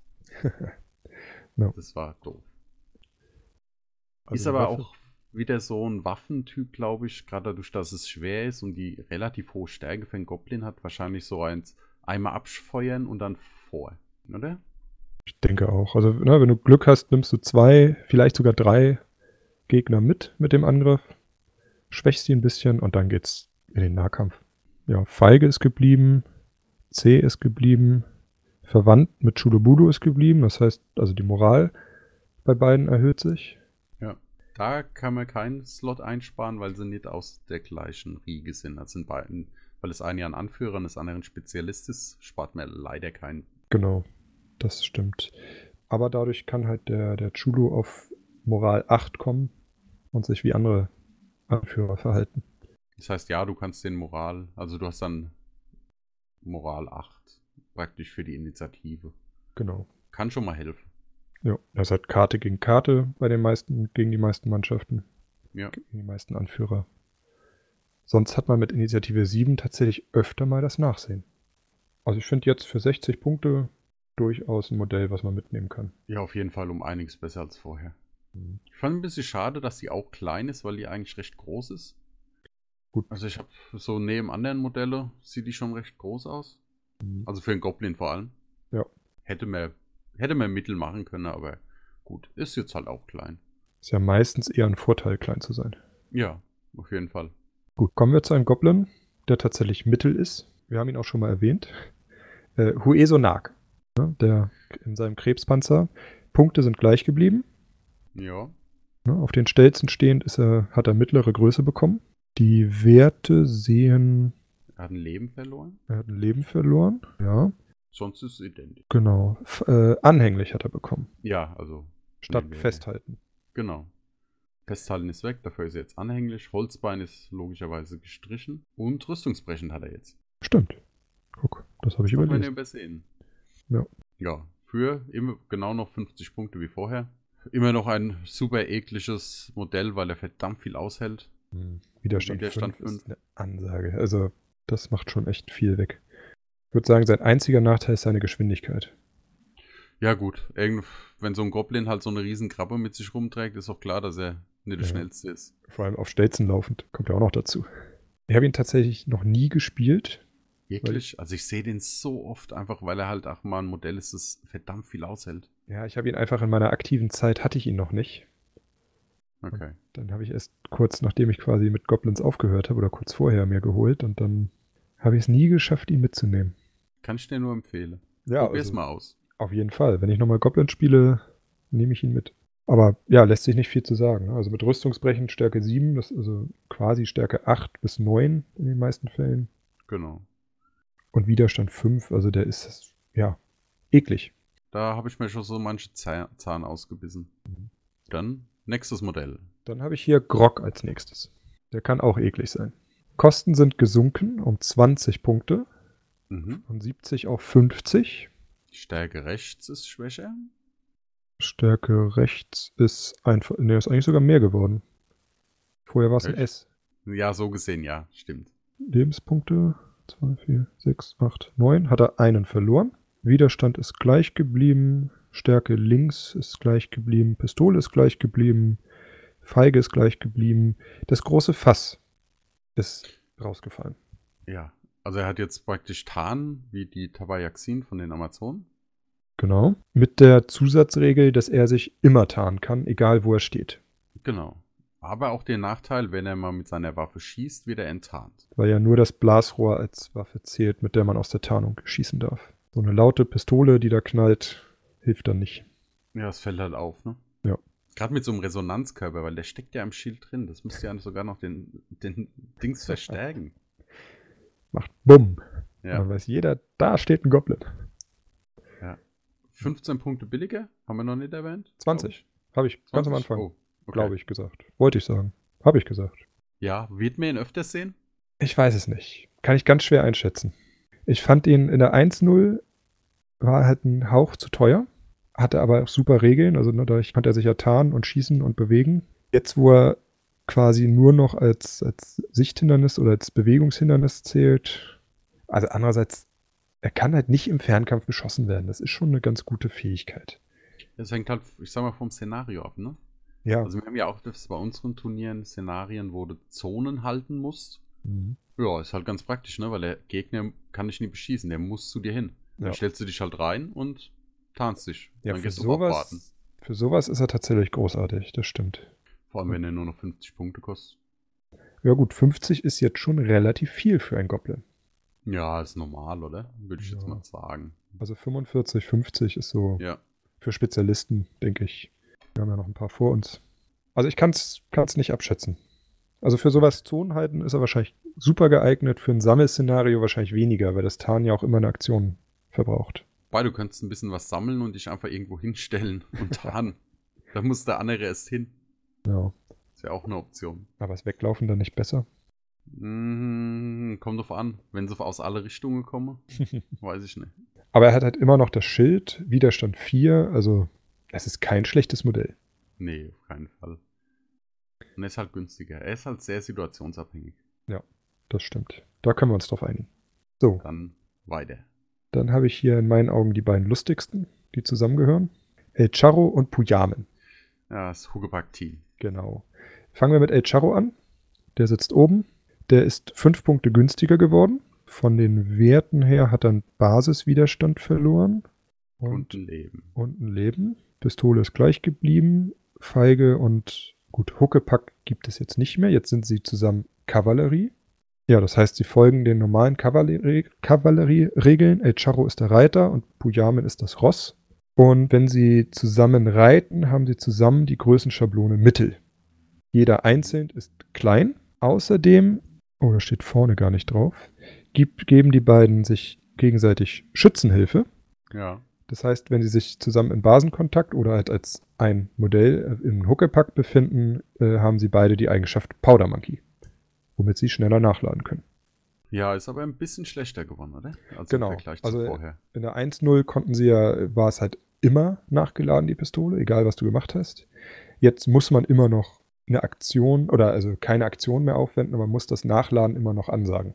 No. Das war doof. Also Ist die aber Waffe- auch wieder so ein Waffentyp, glaube ich, gerade dadurch, dass es schwer ist und die relativ hohe Stärke für einen Goblin hat, wahrscheinlich so eins einmal abfeuern und dann vor, oder? Ich denke auch. Also, ne, wenn du Glück hast, nimmst du zwei, vielleicht sogar drei Gegner mit mit dem Angriff, schwächst die ein bisschen und dann geht's in den Nahkampf. Ja, Feige ist geblieben, C ist geblieben, verwandt mit Chulubulu ist geblieben, das heißt, also die Moral bei beiden erhöht sich. Ja. Da kann man keinen Slot einsparen, weil sie nicht aus der gleichen Riege sind. Also in beiden, weil das eine ja ein Anführer und das andere ein Spezialist ist, spart man leider keinen. Genau, das stimmt. Aber dadurch kann halt der, der Chulu auf Moral acht kommen und sich wie andere Anführer verhalten. Das heißt, ja, du kannst den Moral, also du hast dann Moral acht, praktisch für die Initiative. Genau. Kann schon mal helfen. Ja, das ist halt Karte gegen Karte bei den meisten, gegen die meisten Mannschaften, Ja. gegen die meisten Anführer. Sonst hat man mit Initiative sieben tatsächlich öfter mal das Nachsehen. Also ich finde jetzt für sechzig Punkte durchaus ein Modell, was man mitnehmen kann. Ja, auf jeden Fall um einiges besser als vorher. Mhm. Ich fand ein bisschen schade, dass die auch klein ist, weil die eigentlich recht groß ist. Gut. Also ich habe so neben anderen Modelle, sieht die schon recht groß aus. Mhm. Also für einen Goblin vor allem. Ja. Hätte man, hätte man Mittel machen können, aber gut, ist jetzt halt auch klein. Ist ja meistens eher ein Vorteil, klein zu sein. Ja, auf jeden Fall. Gut, kommen wir zu einem Goblin, der tatsächlich Mittel ist. Wir haben ihn auch schon mal erwähnt. Äh, Hueso Nag, ne, der in seinem Krebspanzer. Punkte sind gleich geblieben. Ja. Ne, auf den Stelzen stehend ist er, hat er mittlere Größe bekommen. Die Werte sehen, Er hat ein Leben verloren. er hat ein Leben verloren. Ja, Sonst ist es identisch. genau. F äh, anhänglich hat er bekommen, Ja, also. statt nehmen wir- festhalten. Genau. Festhalten ist weg, dafür ist er jetzt anhänglich. Holzbein ist logischerweise gestrichen. Und rüstungsbrechend hat er jetzt. Stimmt. Guck, das habe ich Hat man überlesen. übersehen. Ja. Ja, für immer genau noch fünfzig Punkte wie vorher. Immer noch ein super ekliges Modell, weil er verdammt viel aushält. Hm, Widerstand, Widerstand fünf ist fünf. eine Ansage. Also, das macht schon echt viel weg. Ich würde sagen, sein einziger Nachteil ist seine Geschwindigkeit. Ja gut, irgend, wenn so ein Goblin halt so eine riesen Krabbe mit sich rumträgt, ist auch klar, dass er nicht der Ja. schnellste ist. Vor allem auf Stelzen laufend. Kommt ja auch noch dazu. Ich habe ihn tatsächlich noch nie gespielt. Wirklich? Also ich sehe den so oft einfach, weil er halt auch mal ein Modell ist, das verdammt viel aushält. Ja, ich habe ihn einfach in meiner aktiven Zeit, hatte ich ihn noch nicht. Okay. Dann habe ich erst kurz, nachdem ich quasi mit Goblins aufgehört habe, oder kurz vorher mir geholt. Und dann habe ich es nie geschafft, ihn mitzunehmen. Kann ich dir nur empfehlen. Ja, Probier's also, mal aus. auf jeden Fall. Wenn ich nochmal Goblins spiele, nehme ich ihn mit. Aber ja, lässt sich nicht viel zu sagen. Ne? Also mit Rüstungsbrechen Stärke sieben, das ist also quasi Stärke acht bis neun in den meisten Fällen. Genau. Und Widerstand fünf, also der ist, ja, eklig. Da habe ich mir schon so manche Zahn, Zahn ausgebissen. Dann nächstes Modell. Dann habe ich hier Grog als nächstes. Der kann auch eklig sein. Kosten sind gesunken um zwanzig Punkte, Mhm. von siebzig auf fünfzig. Die Stärke rechts ist schwächer. Stärke rechts ist einfach. Ne, ist eigentlich sogar mehr geworden. Vorher war es ein Echt? S. Ja, so gesehen, ja, stimmt. Lebenspunkte. zwei, vier, sechs, acht, neun. Hat er einen verloren. Widerstand ist gleich geblieben. Stärke links ist gleich geblieben. Pistole ist gleich geblieben. Feige ist gleich geblieben. Das große Fass ist rausgefallen. Ja, also er hat jetzt praktisch Tarn wie die Tabayaxin von den Amazonen. Genau. Mit der Zusatzregel, dass er sich immer tarnen kann, egal wo er steht. Genau. Aber auch den Nachteil, wenn er mal mit seiner Waffe schießt, wird er enttarnt. Weil ja nur das Blasrohr als Waffe zählt, mit der man aus der Tarnung schießen darf. So eine laute Pistole, die da knallt, hilft dann nicht. Ja, das fällt halt auf, ne? Ja. Gerade mit so einem Resonanzkörper, weil der steckt ja im Schild drin. Das müsste ja sogar noch den, den Dings verstärken. Macht Bumm. Ja. Dann weiß jeder, da steht ein Goblin. Ja. fünfzehn Punkte billiger, haben wir noch nicht erwähnt? zwanzig. Habe ich ganz am Anfang, Oh, okay. glaube ich, gesagt. Wollte ich sagen. Habe ich gesagt. Ja, wird man ihn öfters sehen? Ich weiß es nicht. Kann ich ganz schwer einschätzen. Ich fand ihn in der eins null war halt ein Hauch zu teuer. Hatte aber auch super Regeln. Also ne, dadurch konnte er sich ja tarnen und schießen und bewegen. Jetzt, wo er quasi nur noch als, als Sichthindernis oder als Bewegungshindernis zählt. Also andererseits, er kann halt nicht im Fernkampf beschossen werden. Das ist schon eine ganz gute Fähigkeit. Das hängt halt, ich sag mal, vom Szenario ab, ne? Ja. Also wir haben ja auch das bei unseren Turnieren Szenarien, wo du Zonen halten musst. Mhm. Ja, ist halt ganz praktisch, ne? Weil der Gegner kann dich nie beschießen, der muss zu dir hin. Dann Ja. stellst du dich halt rein und tarnst dich. Ja, Dann für gehst du auch warten. sowas, für sowas ist er tatsächlich großartig, das stimmt. Vor allem, wenn er nur noch fünfzig Punkte kostet. Ja gut, fünfzig ist jetzt schon relativ viel für einen Goblin. Ja, ist normal, oder? Würde ich Ja. jetzt mal sagen. Also fünfundvierzig, fünfzig ist so Ja. für Spezialisten, denke ich. Wir haben ja noch ein paar vor uns. Also ich kann es nicht abschätzen. Also für sowas Zonen halten ist er wahrscheinlich super geeignet, für ein Sammelszenario wahrscheinlich weniger, weil das Tarn ja auch immer eine Aktion verbraucht. Wobei, du könntest ein bisschen was sammeln und dich einfach irgendwo hinstellen und tarnen. Da muss der andere erst hin. Ja, Ist ja auch eine Option. aber ist Weglaufen dann nicht besser? Mhm, kommt drauf an. Wenn sie aus alle Richtungen kommen, weiß ich nicht. Aber er hat halt immer noch das Schild, Widerstand vier, also es ist kein schlechtes Modell. Nee, auf keinen Fall. Und er ist halt günstiger. Er ist halt sehr situationsabhängig. Das stimmt. Da können wir uns drauf einigen. So, Dann weiter. dann habe ich hier in meinen Augen die beiden lustigsten, die zusammengehören. El Charro und Puyamen. Ja, das Hugepack-Team. Genau. Fangen wir mit El Charro an. Der sitzt oben. Der ist fünf Punkte günstiger geworden. Von den Werten her hat er einen Basiswiderstand verloren. Und Und, ein Leben. und ein Leben. Pistole ist gleich geblieben. Feige und gut, Huckepack gibt es jetzt nicht mehr. Jetzt sind sie zusammen Kavallerie. Ja, das heißt, sie folgen den normalen Kavallerie- Kavallerie-Regeln. El Charro ist der Reiter und Puyamen ist das Ross. Und wenn sie zusammen reiten, haben sie zusammen die Größenschablone Mittel. Jeder einzeln ist klein. Außerdem, oh, da steht vorne gar nicht drauf, gibt, geben die beiden sich gegenseitig Schützenhilfe. Ja. Das heißt, wenn sie sich zusammen in Basenkontakt oder halt als ein Modell im Huckepack befinden, äh, haben sie beide die Eigenschaft Powder Monkey, womit sie schneller nachladen können. Ja, ist aber ein bisschen schlechter geworden, oder? Also Genau. im Vergleich Also zu vorher. in der eins null konnten sie ja, war es halt immer nachgeladen, die Pistole, egal was du gemacht hast. Jetzt muss man immer noch eine Aktion oder also keine Aktion mehr aufwenden, aber muss das Nachladen immer noch ansagen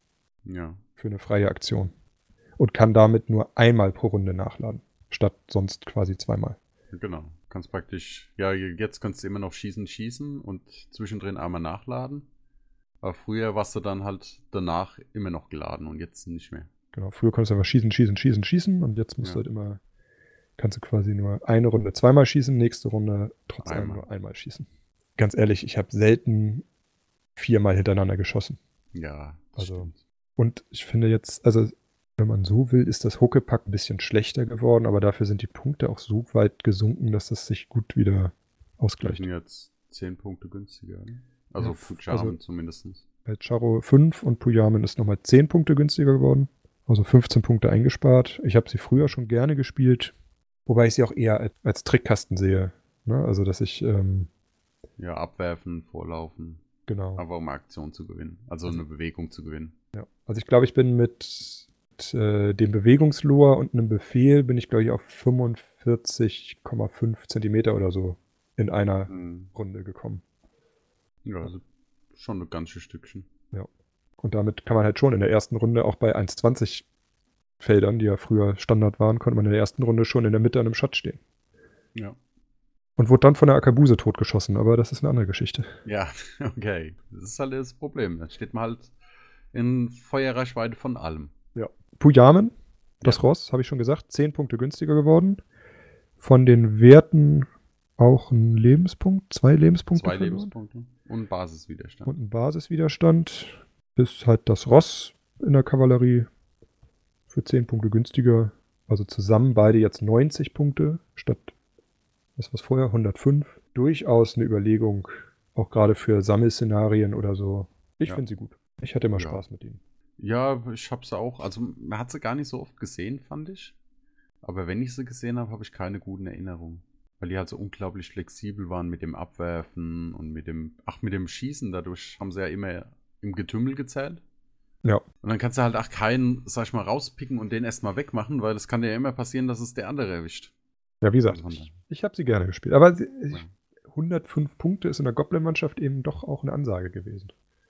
Ja. für eine freie Aktion. Und kann damit nur einmal pro Runde nachladen, statt sonst quasi zweimal. Genau. Kannst praktisch, ja, jetzt kannst du immer noch schießen, schießen und zwischendrin einmal nachladen. Aber früher warst du dann halt danach immer noch geladen und jetzt nicht mehr. Genau, früher konntest du einfach schießen, schießen, schießen, schießen und jetzt musst Ja. du halt immer, kannst du quasi nur eine Runde zweimal schießen, nächste Runde trotz allem Einmal. nur einmal schießen. Ganz ehrlich, ich habe selten viermal hintereinander geschossen. Ja, das Also- stimmt. Und ich finde jetzt, also wenn man so will, ist das Huckepack ein bisschen schlechter geworden, aber dafür sind die Punkte auch so weit gesunken, dass das sich gut wieder Gleich ausgleicht. jetzt zehn Punkte günstiger. Ne? Also Ja, Pujamen also- zumindest. El Charro fünf und Puyamen ist nochmal zehn Punkte günstiger geworden. Also fünfzehn Punkte eingespart. Ich habe sie früher schon gerne gespielt, wobei ich sie auch eher als, als Trickkasten sehe. Ne? Also dass ich, ähm, Ja, abwerfen, vorlaufen. genau. Aber um eine Aktion zu gewinnen. Also Also- eine Bewegung zu gewinnen. Ja. Also ich glaube, ich bin mit, mit äh, dem Bewegungslohr und einem Befehl bin ich, glaube ich, auf vierzig Komma fünf Zentimeter oder so in einer Hm. Runde gekommen. Ja, also schon ein ganzes Stückchen. Ja. Und damit kann man halt schon in der ersten Runde auch bei eins Komma zwanzig Feldern, die ja früher Standard waren, konnte man in der ersten Runde schon in der Mitte an einem Schatz stehen. Ja. Und wurde dann von der Arkebuse totgeschossen, aber das ist eine andere Geschichte. Ja, okay. Das ist halt das Problem. Da steht man halt in Feuerreichweite von allem. Ja. Pujamen, das Ja. Ross, habe ich schon gesagt, zehn Punkte günstiger geworden. Von den Werten auch ein Lebenspunkt, zwei Lebenspunkte Zwei verloren. Lebenspunkte und Basiswiderstand. Und ein Basiswiderstand. Ist halt das Ross in der Kavallerie für zehn Punkte günstiger. Also zusammen beide jetzt neunzig Punkte statt, was war vorher, hundertfünf. Durchaus eine Überlegung, auch gerade für Sammelszenarien oder so. Ich Ja. finde sie gut. Ich hatte immer Ja. Spaß mit ihnen. Ja, ich habe sie auch. Also man hat sie gar nicht so oft gesehen, fand ich. Aber wenn ich sie gesehen habe, habe ich keine guten Erinnerungen. Weil die halt so unglaublich flexibel waren mit dem Abwerfen und mit dem, ach, mit dem Schießen. Dadurch haben sie ja immer im Getümmel gezählt. Ja. Und dann kannst du halt auch keinen, sag ich mal, rauspicken und den erstmal wegmachen, weil es kann dir ja immer passieren, dass es der andere erwischt. Ja, wie gesagt, Also von ich, daher. ich habe sie gerne gespielt. Aber sie, Ja. ich, hundertfünf Punkte ist in der Goblin-Mannschaft eben doch auch eine Ansage gewesen.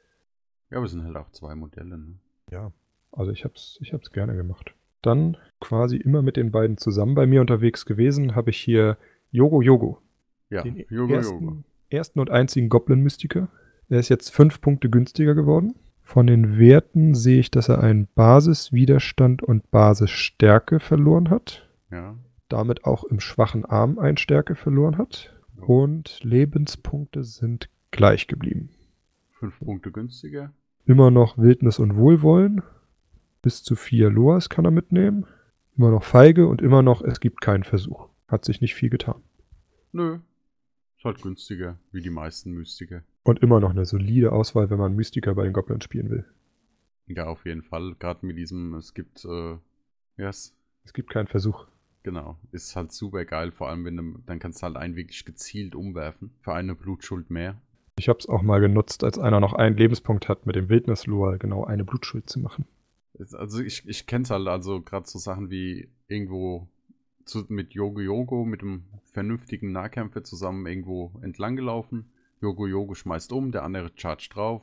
Ja, aber es sind halt auch zwei Modelle, ne? Ja, also ich habe es ich hab's gerne gemacht. Dann quasi immer mit den beiden zusammen bei mir unterwegs gewesen, habe ich hier Yogo Yogo. Ja, Den Yogo ersten, Yogo. ersten und einzigen Goblin-Mystiker. Der ist jetzt fünf Punkte günstiger geworden. Von den Werten sehe ich, dass er einen Basiswiderstand und Basisstärke verloren hat. Ja. Damit auch im schwachen Arm eine Stärke verloren hat. Und Lebenspunkte sind gleich geblieben. Fünf Punkte günstiger. Immer noch Wildnis und Wohlwollen. Bis zu vier Loas kann er mitnehmen. Immer noch Feige und immer noch, es gibt keinen Versuch. Hat sich nicht viel getan. Nö. Ist halt günstiger, wie die meisten Mystiker. Und immer noch eine solide Auswahl, wenn man Mystiker bei den Goblins spielen will. Ja, auf jeden Fall. Gerade mit diesem, es gibt, äh, yes, Es gibt keinen Versuch. genau. Ist halt super geil, vor allem wenn du, dann kannst du halt einen wirklich gezielt umwerfen. Für eine Blutschuld mehr. Ich habe es auch mal genutzt, als einer noch einen Lebenspunkt hat, mit dem Wildnis-Loa genau eine Blutschuld zu machen. Also ich, ich kenne es halt, also gerade so Sachen wie irgendwo zu, mit Yogo Yogo, mit einem vernünftigen Nahkämpfer zusammen irgendwo entlang gelaufen. Yogo Yogo schmeißt um, der andere charge drauf.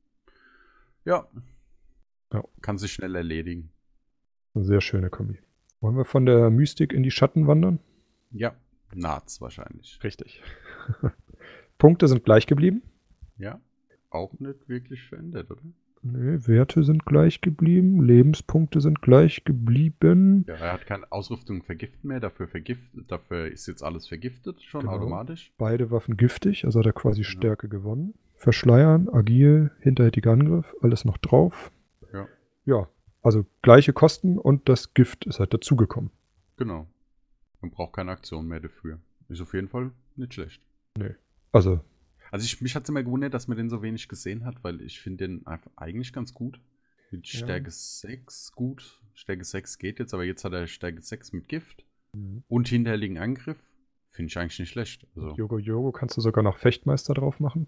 Ja. Ja. Kann sich schnell erledigen. Eine sehr schöne Kombi. Wollen wir von der Mystik in die Schatten wandern? Ja, naht's wahrscheinlich. Richtig. Punkte sind gleich geblieben. Ja, auch nicht wirklich verändert, oder? Nee, Werte sind gleich geblieben. Lebenspunkte sind gleich geblieben. Ja, er hat keine Ausrüstung vergiften mehr, dafür vergiftet, dafür ist jetzt alles vergiftet, schon Genau. automatisch. Beide Waffen giftig, also hat er quasi Ja. Stärke gewonnen. Verschleiern, agil, hinterhältiger Angriff, alles noch drauf. Ja. Ja, also gleiche Kosten und das Gift ist halt dazugekommen. Genau. Man braucht keine Aktion mehr dafür. Ist auf jeden Fall nicht schlecht. Also, Also ich, mich hat es immer gewundert, dass man den so wenig gesehen hat, weil ich finde den einfach eigentlich ganz gut. Mit Ja. Stärke sechs gut. Stärke sechs geht jetzt, aber jetzt hat er Stärke sechs mit Gift mhm. und hinterhältigen Angriff. Finde ich eigentlich nicht schlecht. Also, Yogo Yogo kannst du sogar noch Fechtmeister drauf machen.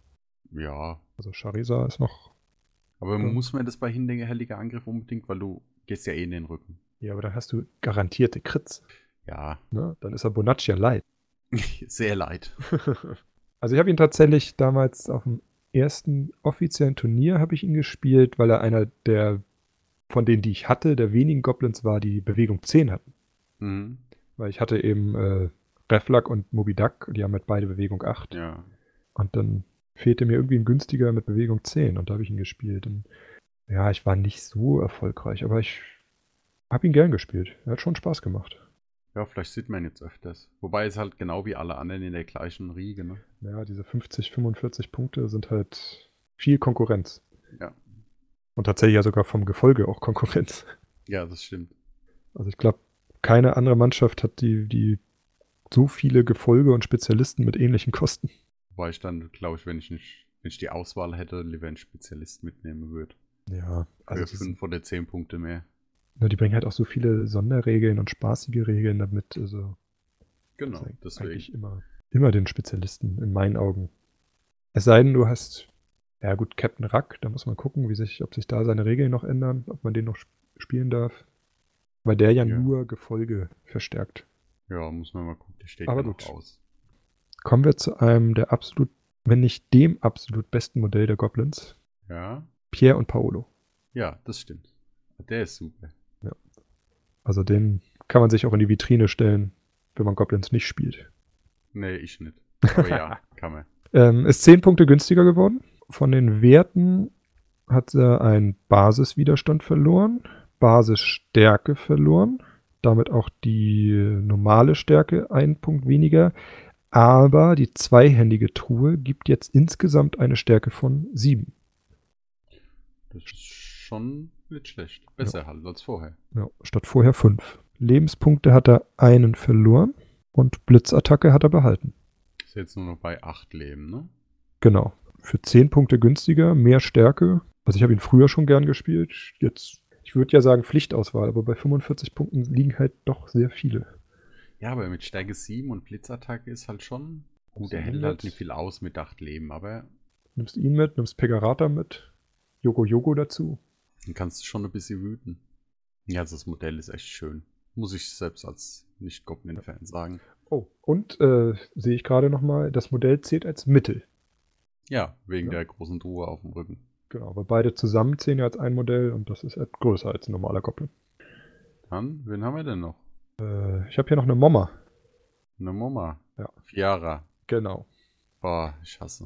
ja. Also Charizard ist noch... Aber Ja. muss man das bei hinterhältiger Angriff unbedingt, weil du gehst ja eh in den Rücken. Ja, aber dann hast du garantierte Crits. Ja, Ne? Dann ist er Bonaccia light. sehr leid. Also ich habe ihn tatsächlich damals auf dem ersten offiziellen Turnier habe ich ihn gespielt, weil er einer der, von denen, die ich hatte, der wenigen Goblins war, die Bewegung zehn hatten. Mhm. Weil ich hatte eben äh, Reflak und Moby Duck, die haben mit beide Bewegung acht. Ja. Und dann fehlte mir irgendwie ein günstiger mit Bewegung zehn und da habe ich ihn gespielt. Und ja, ich war nicht so erfolgreich, aber ich habe ihn gern gespielt. Er hat schon Spaß gemacht. Ja, vielleicht sieht man ihn jetzt öfters. Wobei es halt genau wie alle anderen in der gleichen Riege, ne? Ja, diese fünfzig, fünfundvierzig Punkte sind halt viel Konkurrenz. Ja. Und tatsächlich ja sogar vom Gefolge auch Konkurrenz. Ja, das stimmt. Also ich glaube, keine andere Mannschaft hat die, die so viele Gefolge und Spezialisten mit ähnlichen Kosten. Wobei ich dann, glaube ich, wenn ich nicht, wenn ich die Auswahl hätte, lieber einen Spezialist mitnehmen würde. Ja, also Für die, fünf oder zehn Punkte mehr. ja, die bringen halt auch so viele Sonderregeln und spaßige Regeln damit. Also Genau, das ist deswegen. eigentlich immer, immer den Spezialisten, in meinen Augen. Es sei denn, du hast, ja gut, Captain Rack, da muss man gucken, wie sich, ob sich da seine Regeln noch ändern, ob man den noch sp- spielen darf. Weil der ja, Ja. nur Gefolge verstärkt. Ja, muss man mal gucken. Der steht Aber ja noch gut. aus. Kommen wir zu einem der absolut, wenn nicht dem absolut besten Modell der Goblins. Ja. Pier und Paolo. Ja, das stimmt. Der ist super. Ja. Also den kann man sich auch in die Vitrine stellen, wenn man Goblins nicht spielt. Nee, ich nicht. Aber ja, kann man. Ähm, ist zehn Punkte günstiger geworden. Von den Werten hat er einen Basiswiderstand verloren, Basisstärke verloren, damit auch die normale Stärke einen Punkt weniger. Aber die zweihändige Truhe gibt jetzt insgesamt eine Stärke von sieben. Das ist schon nicht schlecht. Besser Ja. halt als vorher. Ja, statt vorher fünf. Lebenspunkte hat er einen verloren und Blitzattacke hat er behalten. Ist jetzt nur noch bei acht Leben, ne? Genau. Für zehn Punkte günstiger, mehr Stärke. Also ich habe ihn früher schon gern gespielt. Jetzt, ich würde ja sagen Pflichtauswahl, aber bei fünfundvierzig Punkten liegen halt doch sehr viele. Ja, aber mit Stärke sieben und Blitzattacke ist halt schon gut. Er ihn hält mit? halt nicht viel aus mit acht Leben, aber Nimmst ihn mit, nimmst Pegarata mit, Yogo Yogo dazu. dann kannst du schon ein bisschen wüten. Ja, also das Modell ist echt schön. Muss ich selbst als Nicht-Goblin-Fan sagen. Oh, und äh, sehe ich gerade nochmal, das Modell zählt als Mittel. Ja, wegen Ja. der großen Truhe auf dem Rücken. Genau, aber beide zusammen zählen ja als ein Modell und das ist etwas größer als ein normaler Goblin. Dann, wen haben wir denn noch? Äh, ich habe hier noch eine Momma. Eine Mama. Ja. Fiara. Genau. Boah, ich hasse.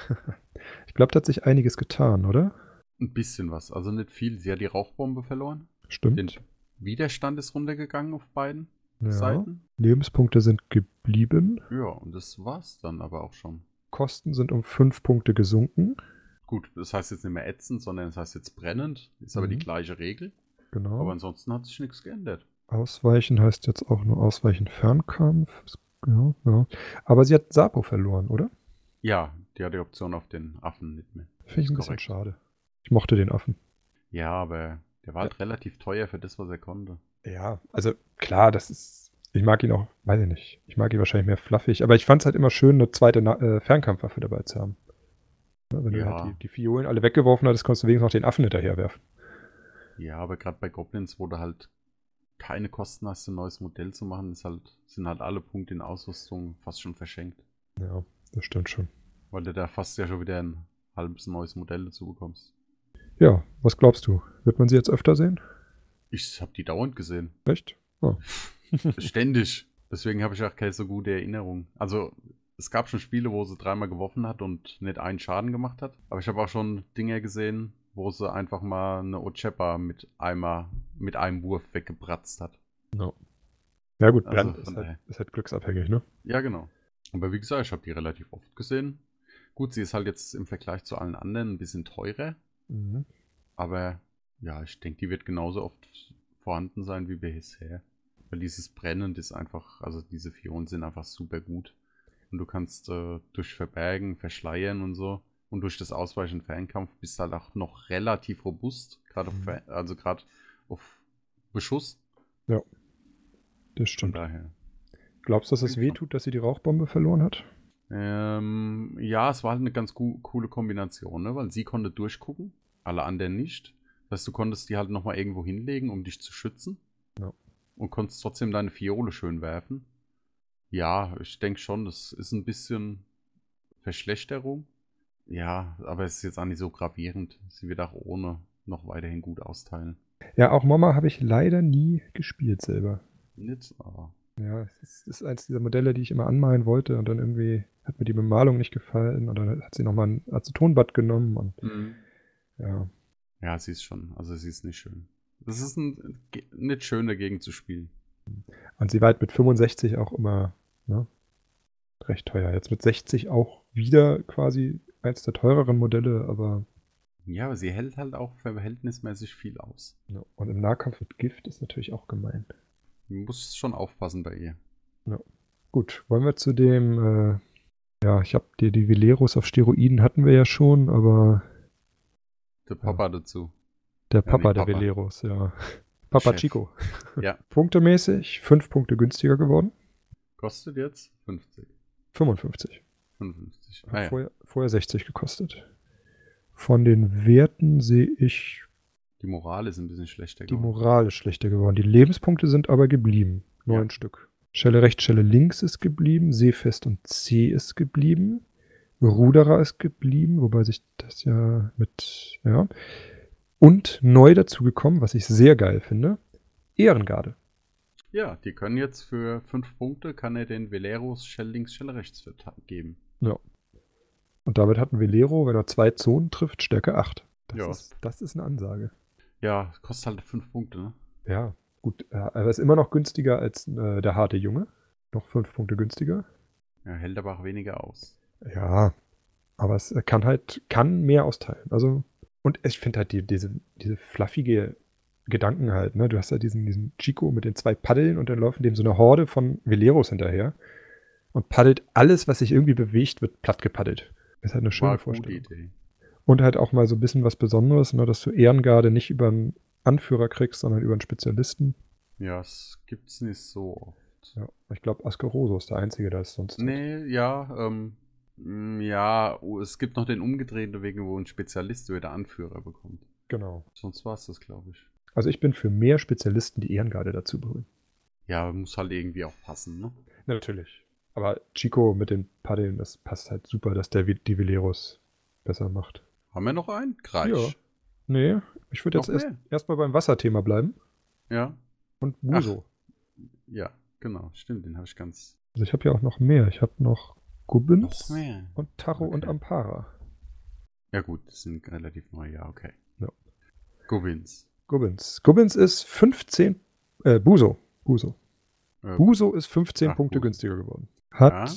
Ich glaube, da hat sich einiges getan, oder? Ein bisschen was, also nicht viel. Sie hat die Rauchbombe verloren. Stimmt. Den Widerstand ist runtergegangen auf beiden Ja. Seiten. Lebenspunkte sind geblieben. Ja, und das war's dann aber auch schon. Kosten sind um fünf Punkte gesunken. Gut, das heißt jetzt nicht mehr ätzend, sondern das heißt jetzt brennend. Ist aber Mhm. die gleiche Regel. Genau. Aber ansonsten hat sich nichts geändert. Ausweichen heißt jetzt auch nur Ausweichen Fernkampf. Ja, ja. Aber sie hat Sapo verloren, oder? Ja, die hat die Option auf den Affen nicht mehr. Finde ich ein Ist bisschen korrekt. schade. Ich mochte den Affen. Ja, aber der war halt relativ teuer für das, was er konnte. Ja, also klar, das ist. Ich mag ihn auch, weiß ich nicht. Ich mag ihn wahrscheinlich mehr fluffig. Aber ich fand es halt immer schön, eine zweite Na äh, Fernkampfwaffe dabei zu haben. Ja, wenn Ja. du halt die, die Fiolen alle weggeworfen hattest, konntest du wenigstens noch den Affen hinterherwerfen. Ja, aber gerade bei Goblins, wo du halt keine Kosten hast, ein neues Modell zu machen, ist halt, sind halt alle Punkte in Ausrüstung fast schon verschenkt. Ja, das stimmt schon. Weil du da fast ja schon wieder ein halbes neues Modell dazu bekommst. Ja, was glaubst du? Wird man sie jetzt öfter sehen? Ich habe die dauernd gesehen. Echt? Oh. Ständig. Deswegen habe ich auch keine so gute Erinnerung. Also, es gab schon Spiele, wo sie dreimal geworfen hat und nicht einen Schaden gemacht hat. Aber ich habe auch schon Dinge gesehen, wo sie einfach mal eine Ochepa mit, einmal, mit einem Wurf weggebratzt hat. No. Ja gut, Also, Brand von ist, daher. halt, ist halt glücksabhängig, ne? Ja, genau. Aber wie gesagt, ich habe die relativ oft gesehen. Gut, sie ist halt jetzt im Vergleich zu allen anderen ein bisschen teurer. Mhm. Aber ja, ich denke, die wird genauso oft vorhanden sein wie bisher. Weil dieses Brennen ist einfach, also diese Fiolen sind einfach super gut. Und du kannst äh, durch Verbergen, Verschleiern und so und durch das Ausweichen Fernkampf bist du halt auch noch relativ robust. Gerade Mhm. auf, also gerade auf Beschuss. Ja, das Von stimmt. daher. Glaubst du, dass es weh tut, dass sie die Rauchbombe verloren hat? Ähm, ja, es war halt eine ganz co coole Kombination, ne? Weil sie konnte durchgucken, alle anderen nicht. Das heißt, du konntest die halt nochmal irgendwo hinlegen, um dich zu schützen. Ja. Und konntest trotzdem deine Fiole schön werfen. Ja, ich denke schon, das ist ein bisschen Verschlechterung. Ja, aber es ist jetzt auch nicht so gravierend. Sie wird auch ohne noch weiterhin gut austeilen. Ja, auch Mama habe ich leider nie gespielt selber. Nicht, aber Ja, es ist, ist eins dieser Modelle, die ich immer anmalen wollte und dann irgendwie hat mir die Bemalung nicht gefallen und dann hat sie nochmal ein Acetonbad genommen und mhm. ja. Ja, sie ist schon, also sie ist nicht schön. Das ist ein, nicht schön dagegen zu spielen. Und sie war halt mit fünfundsechzig auch immer, ne, recht teuer. Jetzt mit sechzig auch wieder quasi eins der teureren Modelle, aber Ja, aber sie hält halt auch verhältnismäßig viel aus. ja. Und im Nahkampf mit Gift ist natürlich auch gemein. Man muss schon aufpassen bei ihr. Ja. Gut, wollen wir zu dem, äh, ja, ich habe die, die Veleros auf Steroiden hatten wir ja schon, aber Der Papa ja. dazu. Der Papa ja, nee, der Papa. Veleros, ja. Papa Chef. Chico. Ja. Punktemäßig fünf Punkte günstiger geworden. Kostet jetzt fünfzig. fünfundfünfzig. fünfundfünfzig. Hat Ah, ja. vorher, vorher sechzig gekostet. Von den Werten sehe ich, Die Moral ist ein bisschen schlechter die geworden. Moral ist schlechter geworden. Die Lebenspunkte sind aber geblieben. Neun Ja. Stück. Schelle rechts, Schelle links ist geblieben. Seefest und C ist geblieben. Ruderer ist geblieben, wobei sich das ja mit, ja. Und neu dazugekommen, was ich sehr geil finde, Ehrengarde. Ja, die können jetzt für fünf Punkte, kann er den Veleros Schelle links, Schelle rechts geben. Ja. Und damit hat ein Velero, wenn er zwei Zonen trifft, Stärke acht. Das, Ja. ist, das ist eine Ansage. Ja, kostet halt fünf Punkte, ne? Ja, gut. Er ist immer noch günstiger als äh, der harte Junge. Noch fünf Punkte günstiger. Ja, hält aber auch weniger aus. Ja, aber es kann halt, kann mehr austeilen. Also, und ich finde halt die, diese, diese fluffige Gedanken halt, ne? Du hast ja diesen, diesen Chico mit den zwei Paddeln und dann laufen dem so eine Horde von Veleros hinterher und paddelt alles, was sich irgendwie bewegt, wird platt gepaddelt. Das ist halt eine schöne War eine Vorstellung. gute Idee. Und halt auch mal so ein bisschen was Besonderes, ne? Dass du Ehrengarde nicht über einen Anführer kriegst, sondern über einen Spezialisten. Ja, das gibt's nicht so oft. Ja, ich glaube, Ascaroso ist der Einzige, der es sonst hat. Nee, ja, ähm, mm, ja, oh, es gibt noch den umgedrehten Weg, wo ein Spezialist über der Anführer bekommt. Genau. Sonst war es das, glaube ich. Also ich bin für mehr Spezialisten, die Ehrengarde dazu holen. Ja, muss halt irgendwie auch passen, ne? Ja, natürlich. Aber Chico mit den Paddeln, das passt halt super, dass der die Veleros besser macht. Haben wir noch einen? Kreisch. Ja. Nee, ich würde jetzt Noch erst mehr? erstmal beim Wasserthema bleiben. Ja. Und Buso. Ja, genau, stimmt, den habe ich ganz. Also ich habe ja auch noch mehr. Ich habe noch Gubbins Noch mehr. und Tacho Okay. und Ampara. Ja, gut, das sind relativ neue, ja, okay. Ja. Gubbins. Gubbins. Gubbins ist fünfzehn, äh, Buso. Buso. Äh, Buso ist fünfzehn Ach, Punkte Buso. günstiger geworden. Hat Ja.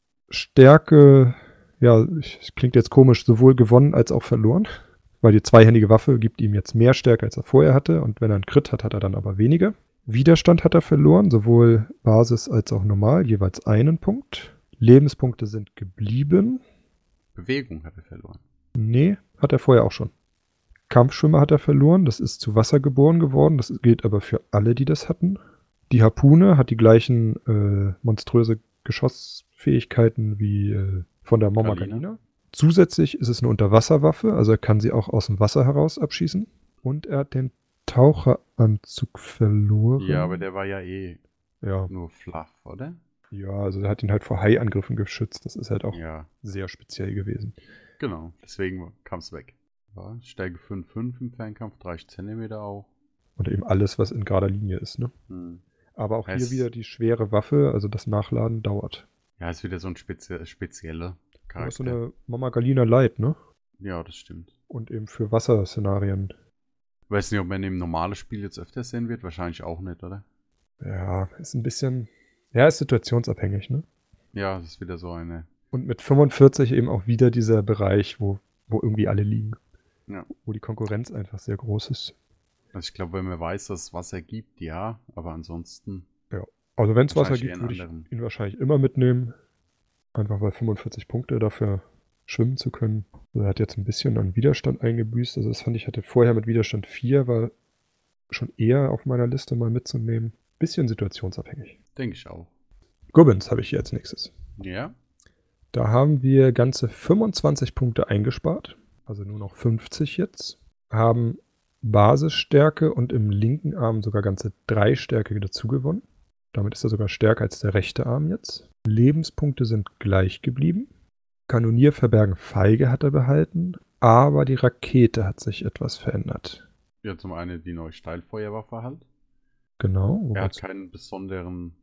Stärke, ja, ich- klingt jetzt komisch, sowohl gewonnen als auch verloren. Weil die zweihändige Waffe gibt ihm jetzt mehr Stärke, als er vorher hatte. Und wenn er einen Crit hat, hat er dann aber weniger. Widerstand hat er verloren, sowohl Basis als auch normal, jeweils einen Punkt. Lebenspunkte sind geblieben. Bewegung hat er verloren. Nee, hat er vorher auch schon. Kampfschwimmer hat er verloren, das ist zu Wasser geboren geworden. Das gilt aber für alle, die das hatten. Die Harpune hat die gleichen äh, monströse Geschossfähigkeiten wie äh, von der Mama Galina. Galina. Zusätzlich ist es eine Unterwasserwaffe, also er kann sie auch aus dem Wasser heraus abschießen. Und er hat den Taucheranzug verloren. Ja, aber der war ja eh Ja, nur flach, oder? ja, also er hat ihn halt vor Haiangriffen geschützt. Das ist halt auch Ja, sehr speziell gewesen. genau. Deswegen kam es weg. Ja, Stärke fünf Komma fünf im Fernkampf, dreißig Zentimeter auch. Und eben alles, was in gerader Linie ist, ne? Hm. Aber auch Es- hier wieder die schwere Waffe, also das Nachladen dauert. Ja, ist wieder so ein spezie spezieller Das ist so Charakter. eine Mama Galina Light, ne? Ja, das stimmt. Und eben für Wasserszenarien. Ich weiß nicht, ob man im normalen Spiel jetzt öfter sehen wird. Wahrscheinlich auch nicht, oder? Ja, ist ein bisschen, ja, ist situationsabhängig, ne? Ja, das ist wieder so eine. Und mit fünfundvierzig eben auch wieder dieser Bereich, wo, wo irgendwie alle liegen. Ja. Wo die Konkurrenz einfach sehr groß ist. Also ich glaube, wenn man weiß, dass es Wasser gibt, ja. Aber ansonsten. Also wenn es Wasser Wahrscheinlich gibt, eher würde einen ich anderen. ihn wahrscheinlich immer mitnehmen. Einfach weil fünfundvierzig Punkte dafür schwimmen zu können. Also er hat jetzt ein bisschen an Widerstand eingebüßt. Also das fand ich, hatte vorher mit Widerstand vier, war schon eher auf meiner Liste mal mitzunehmen. Bisschen situationsabhängig. Denke ich auch. Gubbins habe ich hier als nächstes. Ja. Da haben wir ganze fünfundzwanzig Punkte eingespart. Also nur noch fünfzig jetzt. Haben Basisstärke und im linken Arm sogar ganze drei Stärke dazu gewonnen. Damit ist er sogar stärker als der rechte Arm jetzt. Lebenspunkte sind gleich geblieben. Kanonier verbergen Feige hat er behalten. Aber die Rakete hat sich etwas verändert. Ja, zum einen die neue Steilfeuerwaffe halt. Genau. Er wobei hat es- keinen besonderen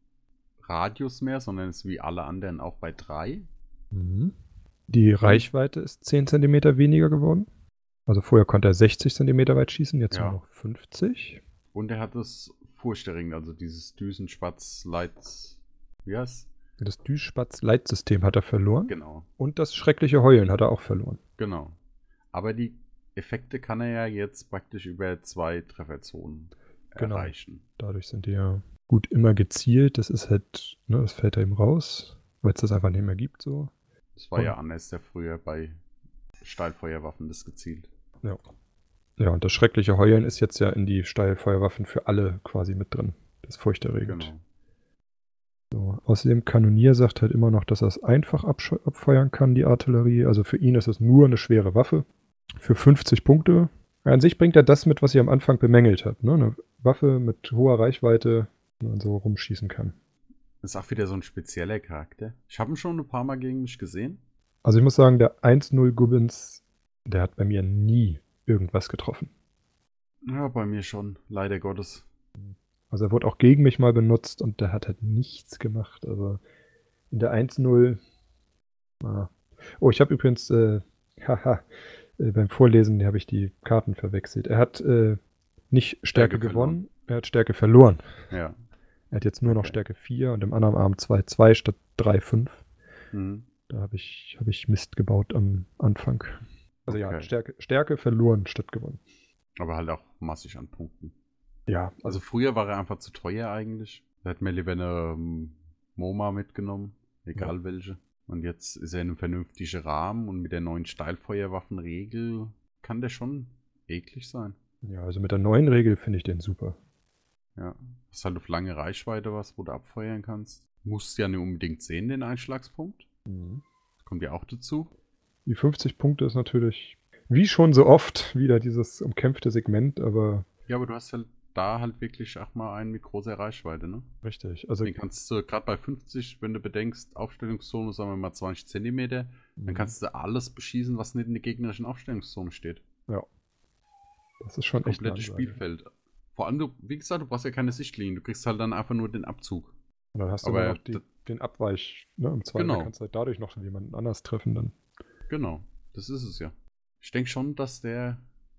Radius mehr, sondern ist wie alle anderen auch bei drei. Mhm. Die Reichweite ist zehn Zentimeter weniger geworden. Also vorher konnte er sechzig Zentimeter weit schießen, jetzt Ja. nur noch fünfzig. Und er hat das Furchterregend, also dieses Düsenspatz-Leit. Wie heißt? Das Düspatz-Leitsystem hat er verloren. Genau, Und das schreckliche Heulen hat er auch verloren. genau. Aber die Effekte kann er ja jetzt praktisch über zwei Trefferzonen Genau. erreichen. Dadurch sind die ja gut immer gezielt. Das ist halt, ne, das fällt da eben raus, weil es das einfach nicht mehr gibt so. Das war ja Und- anders der früher bei Steilfeuerwaffen das gezielt. Ja. Ja, und das schreckliche Heulen ist jetzt ja in die Steilfeuerwaffen für alle quasi mit drin. Das ist furchterregend. Genau. So. Außerdem Kanonier sagt halt immer noch, dass er es einfach absch- abfeuern kann, die Artillerie. Also für ihn ist es nur eine schwere Waffe. Für fünfzig Punkte. An sich bringt er das mit, was ich am Anfang bemängelt habe. Ne? Eine Waffe mit hoher Reichweite, die man so rumschießen kann. Das ist auch wieder so ein spezieller Charakter. Ich habe ihn schon ein paar Mal gegen mich gesehen. Also ich muss sagen, der eins null Gubbins, der hat bei mir nie irgendwas getroffen. Ja, bei mir schon, leider Gottes. Also er wurde auch gegen mich mal benutzt und der hat halt nichts gemacht. Also in der eins null... Ah. Oh, ich habe übrigens, äh, haha, äh, beim Vorlesen habe ich die Karten verwechselt. Er hat äh, nicht Stärke, Stärke gewonnen, verloren. er hat Stärke verloren. Ja. Er hat jetzt nur noch Okay. Stärke vier und im anderen Arm zwei zwei statt drei fünf. Mhm. Da habe ich, hab ich Mist gebaut am Anfang. Also ja, Okay. Stärke, Stärke verloren statt gewonnen. Aber halt auch massig an Punkten. Ja, Also früher war er einfach zu teuer eigentlich. Da hätte mir lieber eine ähm, MoMA mitgenommen, egal Ja. welche. Und jetzt ist er in einem vernünftigen Rahmen und mit der neuen Steilfeuerwaffenregel kann der schon eklig sein. Ja, also mit der neuen Regel finde ich den super. Ja, hast halt auf lange Reichweite was, wo du abfeuern kannst. Musst ja nicht unbedingt sehen, den Einschlagspunkt. Mhm. Das kommt ja auch dazu. Die fünfzig Punkte ist natürlich, wie schon so oft, wieder dieses umkämpfte Segment, aber... Ja, aber du hast halt da halt wirklich auch mal einen mit großer Reichweite, ne? Richtig. Also Den kannst du gerade bei fünfzig, wenn du bedenkst, Aufstellungszone, sagen wir mal zwanzig Zentimeter, dann kannst du alles beschießen, was nicht in der gegnerischen Aufstellungszone steht. Ja. Das ist schon echt eine Komplettes Ansage. Spielfeld. Vor allem, du, wie gesagt, du brauchst ja keine Sichtlinien, du kriegst halt dann einfach nur den Abzug. Und dann hast du Aber immer noch die, d- den Abweich, ne? Im Zweifel Genau. kannst du halt dadurch noch jemanden anders treffen dann. Genau, das ist es ja. Ich denke schon, dass der,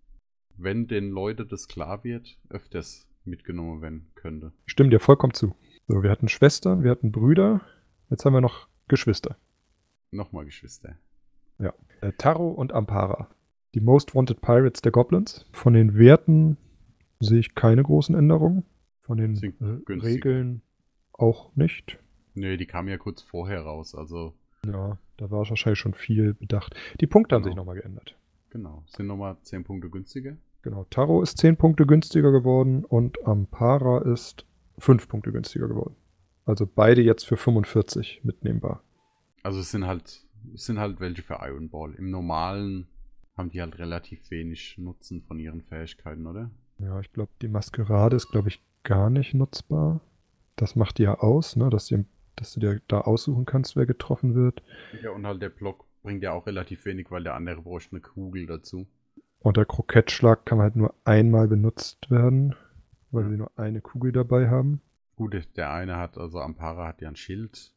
wenn den Leuten das klar wird, öfters mitgenommen werden könnte. Ich stimme dir vollkommen zu. So, wir hatten Schwestern, wir hatten Brüder, jetzt haben wir noch Geschwister. Nochmal Geschwister. Ja. Äh, Taro und Ampara. Die Most Wanted Pirates der Goblins. Von den Werten sehe ich keine großen Änderungen. Von den Sind äh, günstiger. Regeln auch nicht. Nee, die kamen ja kurz vorher raus, also Ja, da war wahrscheinlich schon viel bedacht. Die Punkte haben Genau. sich nochmal geändert. genau. Sind nochmal zehn Punkte günstiger. Genau, Taro ist zehn Punkte günstiger geworden und Ampara ist fünf Punkte günstiger geworden. Also beide jetzt für fünfundvierzig mitnehmbar. Also es sind halt, es sind halt welche für Iron Ball. Im Normalen haben die halt relativ wenig Nutzen von ihren Fähigkeiten, oder? Ja, ich glaube, die Maskerade ist, glaube ich, gar nicht nutzbar. Das macht die ja aus, ne? dass, die, dass du dir da aussuchen kannst, wer getroffen wird. Ja, und halt der Block bringt ja auch relativ wenig, weil der andere bräuchte eine Kugel dazu. Und der Krokettschlag kann halt nur einmal benutzt werden, weil Ja. sie nur eine Kugel dabei haben. Gut, der eine hat, also Ampara hat ja ein Schild.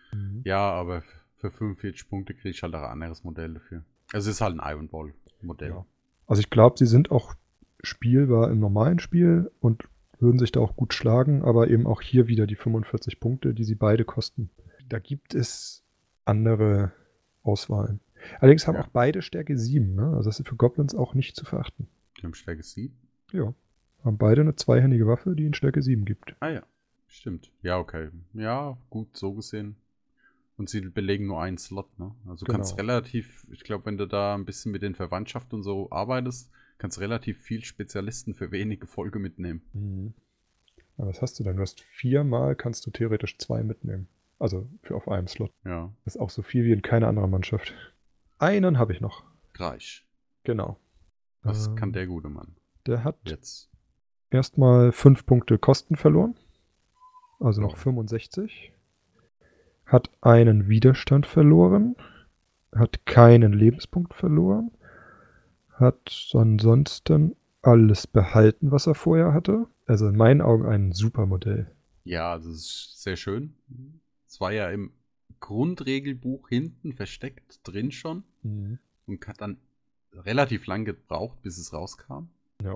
Ja, aber für fünfundvierzig Punkte kriege ich halt auch ein anderes Modell dafür. Also es ist halt ein Iron Ball Modell. Ja. Also ich glaube, sie sind auch spielbar im normalen Spiel und würden sich da auch gut schlagen, aber eben auch hier wieder die fünfundvierzig Punkte, die sie beide kosten. Da gibt es andere Auswahlen. Allerdings haben Ja. auch beide Stärke sieben, ne? Also das ist für Goblins auch nicht zu verachten. Die haben Stärke sieben. Ja. Haben beide eine zweihändige Waffe, die in Stärke sieben gibt. Ah ja, stimmt. Ja, okay. Ja, gut, so gesehen. Und sie belegen nur einen Slot, ne? Also du Genau. kannst relativ, ich glaube, wenn du da ein bisschen mit den Verwandtschaften und so arbeitest, kannst relativ viel Spezialisten für wenige Folge mitnehmen. Mhm. Aber was hast du denn? Du hast viermal, kannst du theoretisch zwei mitnehmen. Also für auf einem Slot. Ja. Das ist auch so viel wie in keiner anderen Mannschaft. Einen habe ich noch. Reich. Genau. Was Ähm, kann der gute Mann Der hat jetzt? erstmal fünf Punkte Kosten verloren. Also noch Oh. fünfundsechzig. Hat einen Widerstand verloren. Hat keinen Lebenspunkt verloren. Hat ansonsten alles behalten, was er vorher hatte. Also in meinen Augen ein super Modell. Ja, also es ist sehr schön. Es war ja im Grundregelbuch hinten versteckt drin schon und hat dann relativ lang gebraucht, bis es rauskam.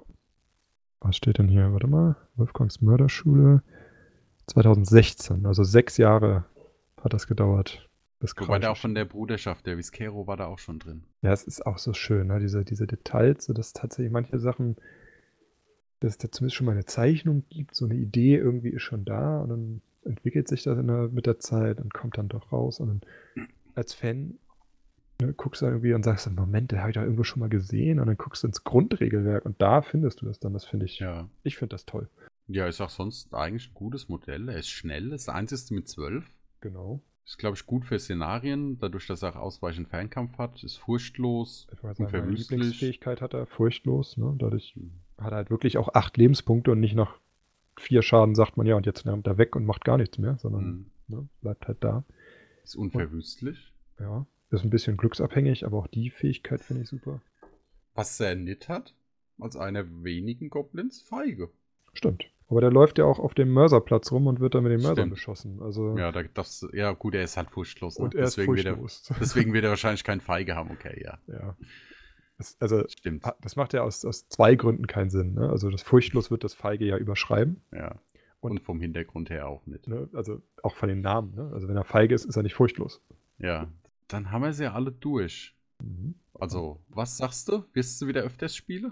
Was steht denn hier? Warte mal. Wolfgangs Mörderschule. zweitausendsechzehn. Also sechs Jahre hat das gedauert. Bis Wobei der auch Kreisch von der Bruderschaft, der Viscero war da auch schon drin. Ja, es ist auch so schön, ne? Diese, diese Details, so dass tatsächlich manche Sachen, dass es da zumindest schon mal eine Zeichnung gibt, so eine Idee irgendwie ist schon da und dann entwickelt sich das in der, mit der Zeit und kommt dann doch raus und dann als Fan ne, guckst du dann irgendwie und sagst, Moment, den habe ich doch irgendwo schon mal gesehen und dann guckst du ins Grundregelwerk und da findest du das dann, das finde ich, Ja. ich finde das toll. Ja, ist auch sonst eigentlich ein gutes Modell. Er ist schnell, ist der einzige mit zwölf. Genau. Ist, glaube ich, gut für Szenarien, dadurch, dass er auch ausweichend Fernkampf hat. Ist furchtlos, Ich weiß nicht, meine unverwüstlich. Lieblingsfähigkeit hat er, furchtlos, ne? Dadurch hat er halt wirklich auch acht Lebenspunkte und nicht nach vier Schaden sagt man ja und jetzt nimmt er weg und macht gar nichts mehr, sondern Mhm. Ne? Bleibt halt da. Ist unverwüstlich. Und, ja, ist ein bisschen glücksabhängig, aber auch die Fähigkeit finde ich super. Was der nett hat, als einer wenigen Goblins, Feige. Stimmt. Aber der läuft ja auch auf dem Mörserplatz rum und wird dann mit den Mörsern Stimmt. beschossen. Also Ja, da, das, ja, gut, er ist halt furchtlos. Ne? und er deswegen ist wird furchtlos. er, deswegen wird er wahrscheinlich keinen Feige haben, okay, ja. Ja. Das, also, Stimmt. das macht ja aus, aus zwei Gründen keinen Sinn. Ne? Also das Furchtlos wird das Feige ja überschreiben. Ja. Und, und vom Hintergrund her auch nicht. Ne? Also auch von den Namen. Ne? Also wenn er feige ist, ist er nicht furchtlos. Ja. Dann haben wir sie ja alle durch. Mhm. Also, was sagst du? Wirst du wieder öfters spielen?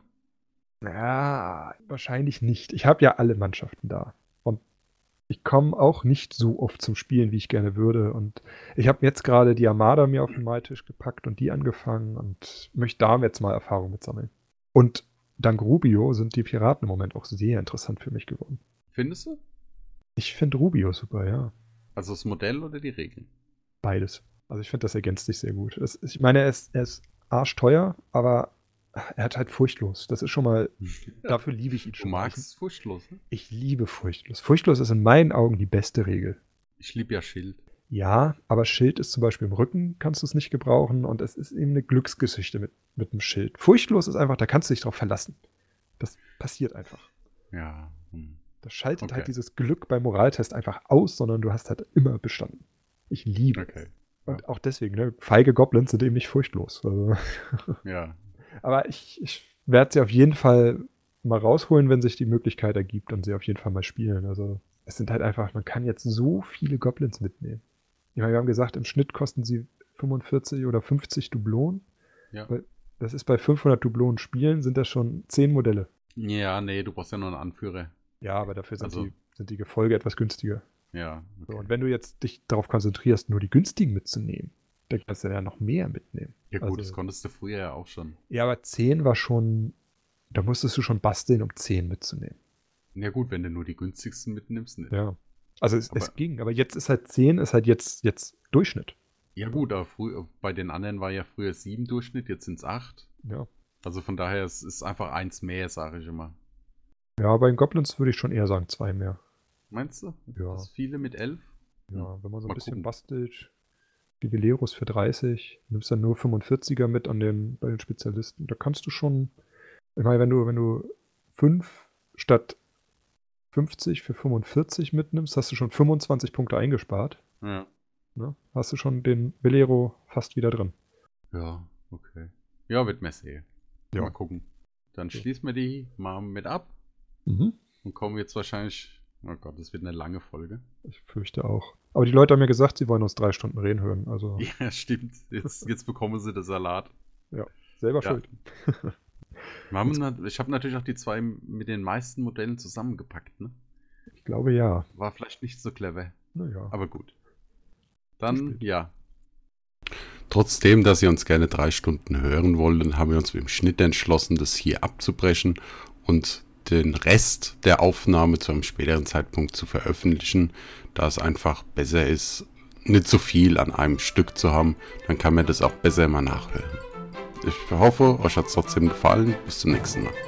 Ja, wahrscheinlich nicht. Ich habe ja alle Mannschaften da. Und ich komme auch nicht so oft zum Spielen, wie ich gerne würde. Und ich habe jetzt gerade die Armada mir auf den Maitisch gepackt und die angefangen und möchte da jetzt mal Erfahrung mitsammeln. Und dank Rubio sind die Piraten im Moment auch sehr interessant für mich geworden. Findest du? Ich finde Rubio super, ja. Also das Modell oder die Regeln? Beides. Also ich finde, das ergänzt sich sehr gut. Das, ich meine, er ist, er ist arschteuer, aber er hat halt furchtlos. Das ist schon mal, dafür liebe ich ihn schon. Du magst furchtlos, ne? Ich liebe furchtlos. Furchtlos ist in meinen Augen die beste Regel. Ich liebe ja Schild. Ja, aber Schild ist zum Beispiel im Rücken, kannst du es nicht gebrauchen und es ist eben eine Glücksgeschichte mit, mit dem Schild. Furchtlos ist einfach, da kannst du dich drauf verlassen. Das passiert einfach. Ja. Hm. Das schaltet Okay. halt dieses Glück beim Moraltest einfach aus, sondern du hast halt immer bestanden. Ich liebe Okay. es. Und auch deswegen, ne, feige Goblins sind eben nicht furchtlos. Also. Ja. Aber ich, ich werde sie auf jeden Fall mal rausholen, wenn sich die Möglichkeit ergibt und sie auf jeden Fall mal spielen. Also es sind halt einfach, man kann jetzt so viele Goblins mitnehmen. Ich meine, wir haben gesagt, im Schnitt kosten sie fünfundvierzig oder fünfzig Dublonen. Ja. Weil das ist bei fünfhundert Dublonen Spielen, sind das schon zehn Modelle. Ja, nee, du brauchst ja nur einen Anführer. Ja, aber dafür sind, Also- die, sind die Gefolge etwas günstiger. Ja. Okay. So, und wenn du jetzt dich darauf konzentrierst, nur die günstigen mitzunehmen, dann kannst du ja noch mehr mitnehmen. Ja gut, Also- das konntest du früher ja auch schon. Ja, aber zehn war schon, da musstest du schon basteln, um zehn mitzunehmen. Ja gut, wenn du nur die günstigsten mitnimmst, nicht. Ja. Also es, Aber- es ging, aber jetzt ist halt zehn, ist halt jetzt, jetzt Durchschnitt. Ja gut, aber früh, bei den anderen war ja früher sieben Durchschnitt, jetzt sind es acht. Ja. Also von daher, es ist einfach eins mehr, sage ich immer. Ja, bei den Goblins würde ich schon eher sagen zwei mehr. Meinst du? Ja. Das viele mit elf? Ja, wenn man so ein Mal bisschen gucken. bastelt. Die Veleros für dreißig, nimmst dann nur fünfundvierziger mit an den, bei den Spezialisten. Da kannst du schon, ich meine, wenn du, wenn du fünf statt fünfzig für fünfundvierzig mitnimmst, hast du schon fünfundzwanzig Punkte eingespart. Ja. Ne? Hast du schon den Velero fast wieder drin. Ja, okay. Ja, wird mir sehen. Ja. Mal gucken. Dann So. schließen wir die mal mit ab Mhm. und kommen jetzt wahrscheinlich. Oh Gott, das wird eine lange Folge. Ich fürchte auch. Aber die Leute haben mir gesagt, sie wollen uns drei Stunden reden hören. Also Ja, stimmt. Jetzt, jetzt bekommen sie den Salat. selber Ja. schuld. Wir haben, nat- ich habe natürlich auch die zwei mit den meisten Modellen zusammengepackt. Ne? Ich glaube ja. War vielleicht nicht so clever. Naja. Aber gut. Zu Dann, spät. ja. Trotzdem, dass ihr uns gerne drei Stunden hören wollt, haben wir uns im Schnitt entschlossen, das hier abzubrechen und den Rest der Aufnahme zu einem späteren Zeitpunkt zu veröffentlichen, da es einfach besser ist, nicht so viel an einem Stück zu haben. Dann kann man das auch besser mal nachhören. Ich hoffe, euch hat es trotzdem gefallen. Bis zum nächsten Mal.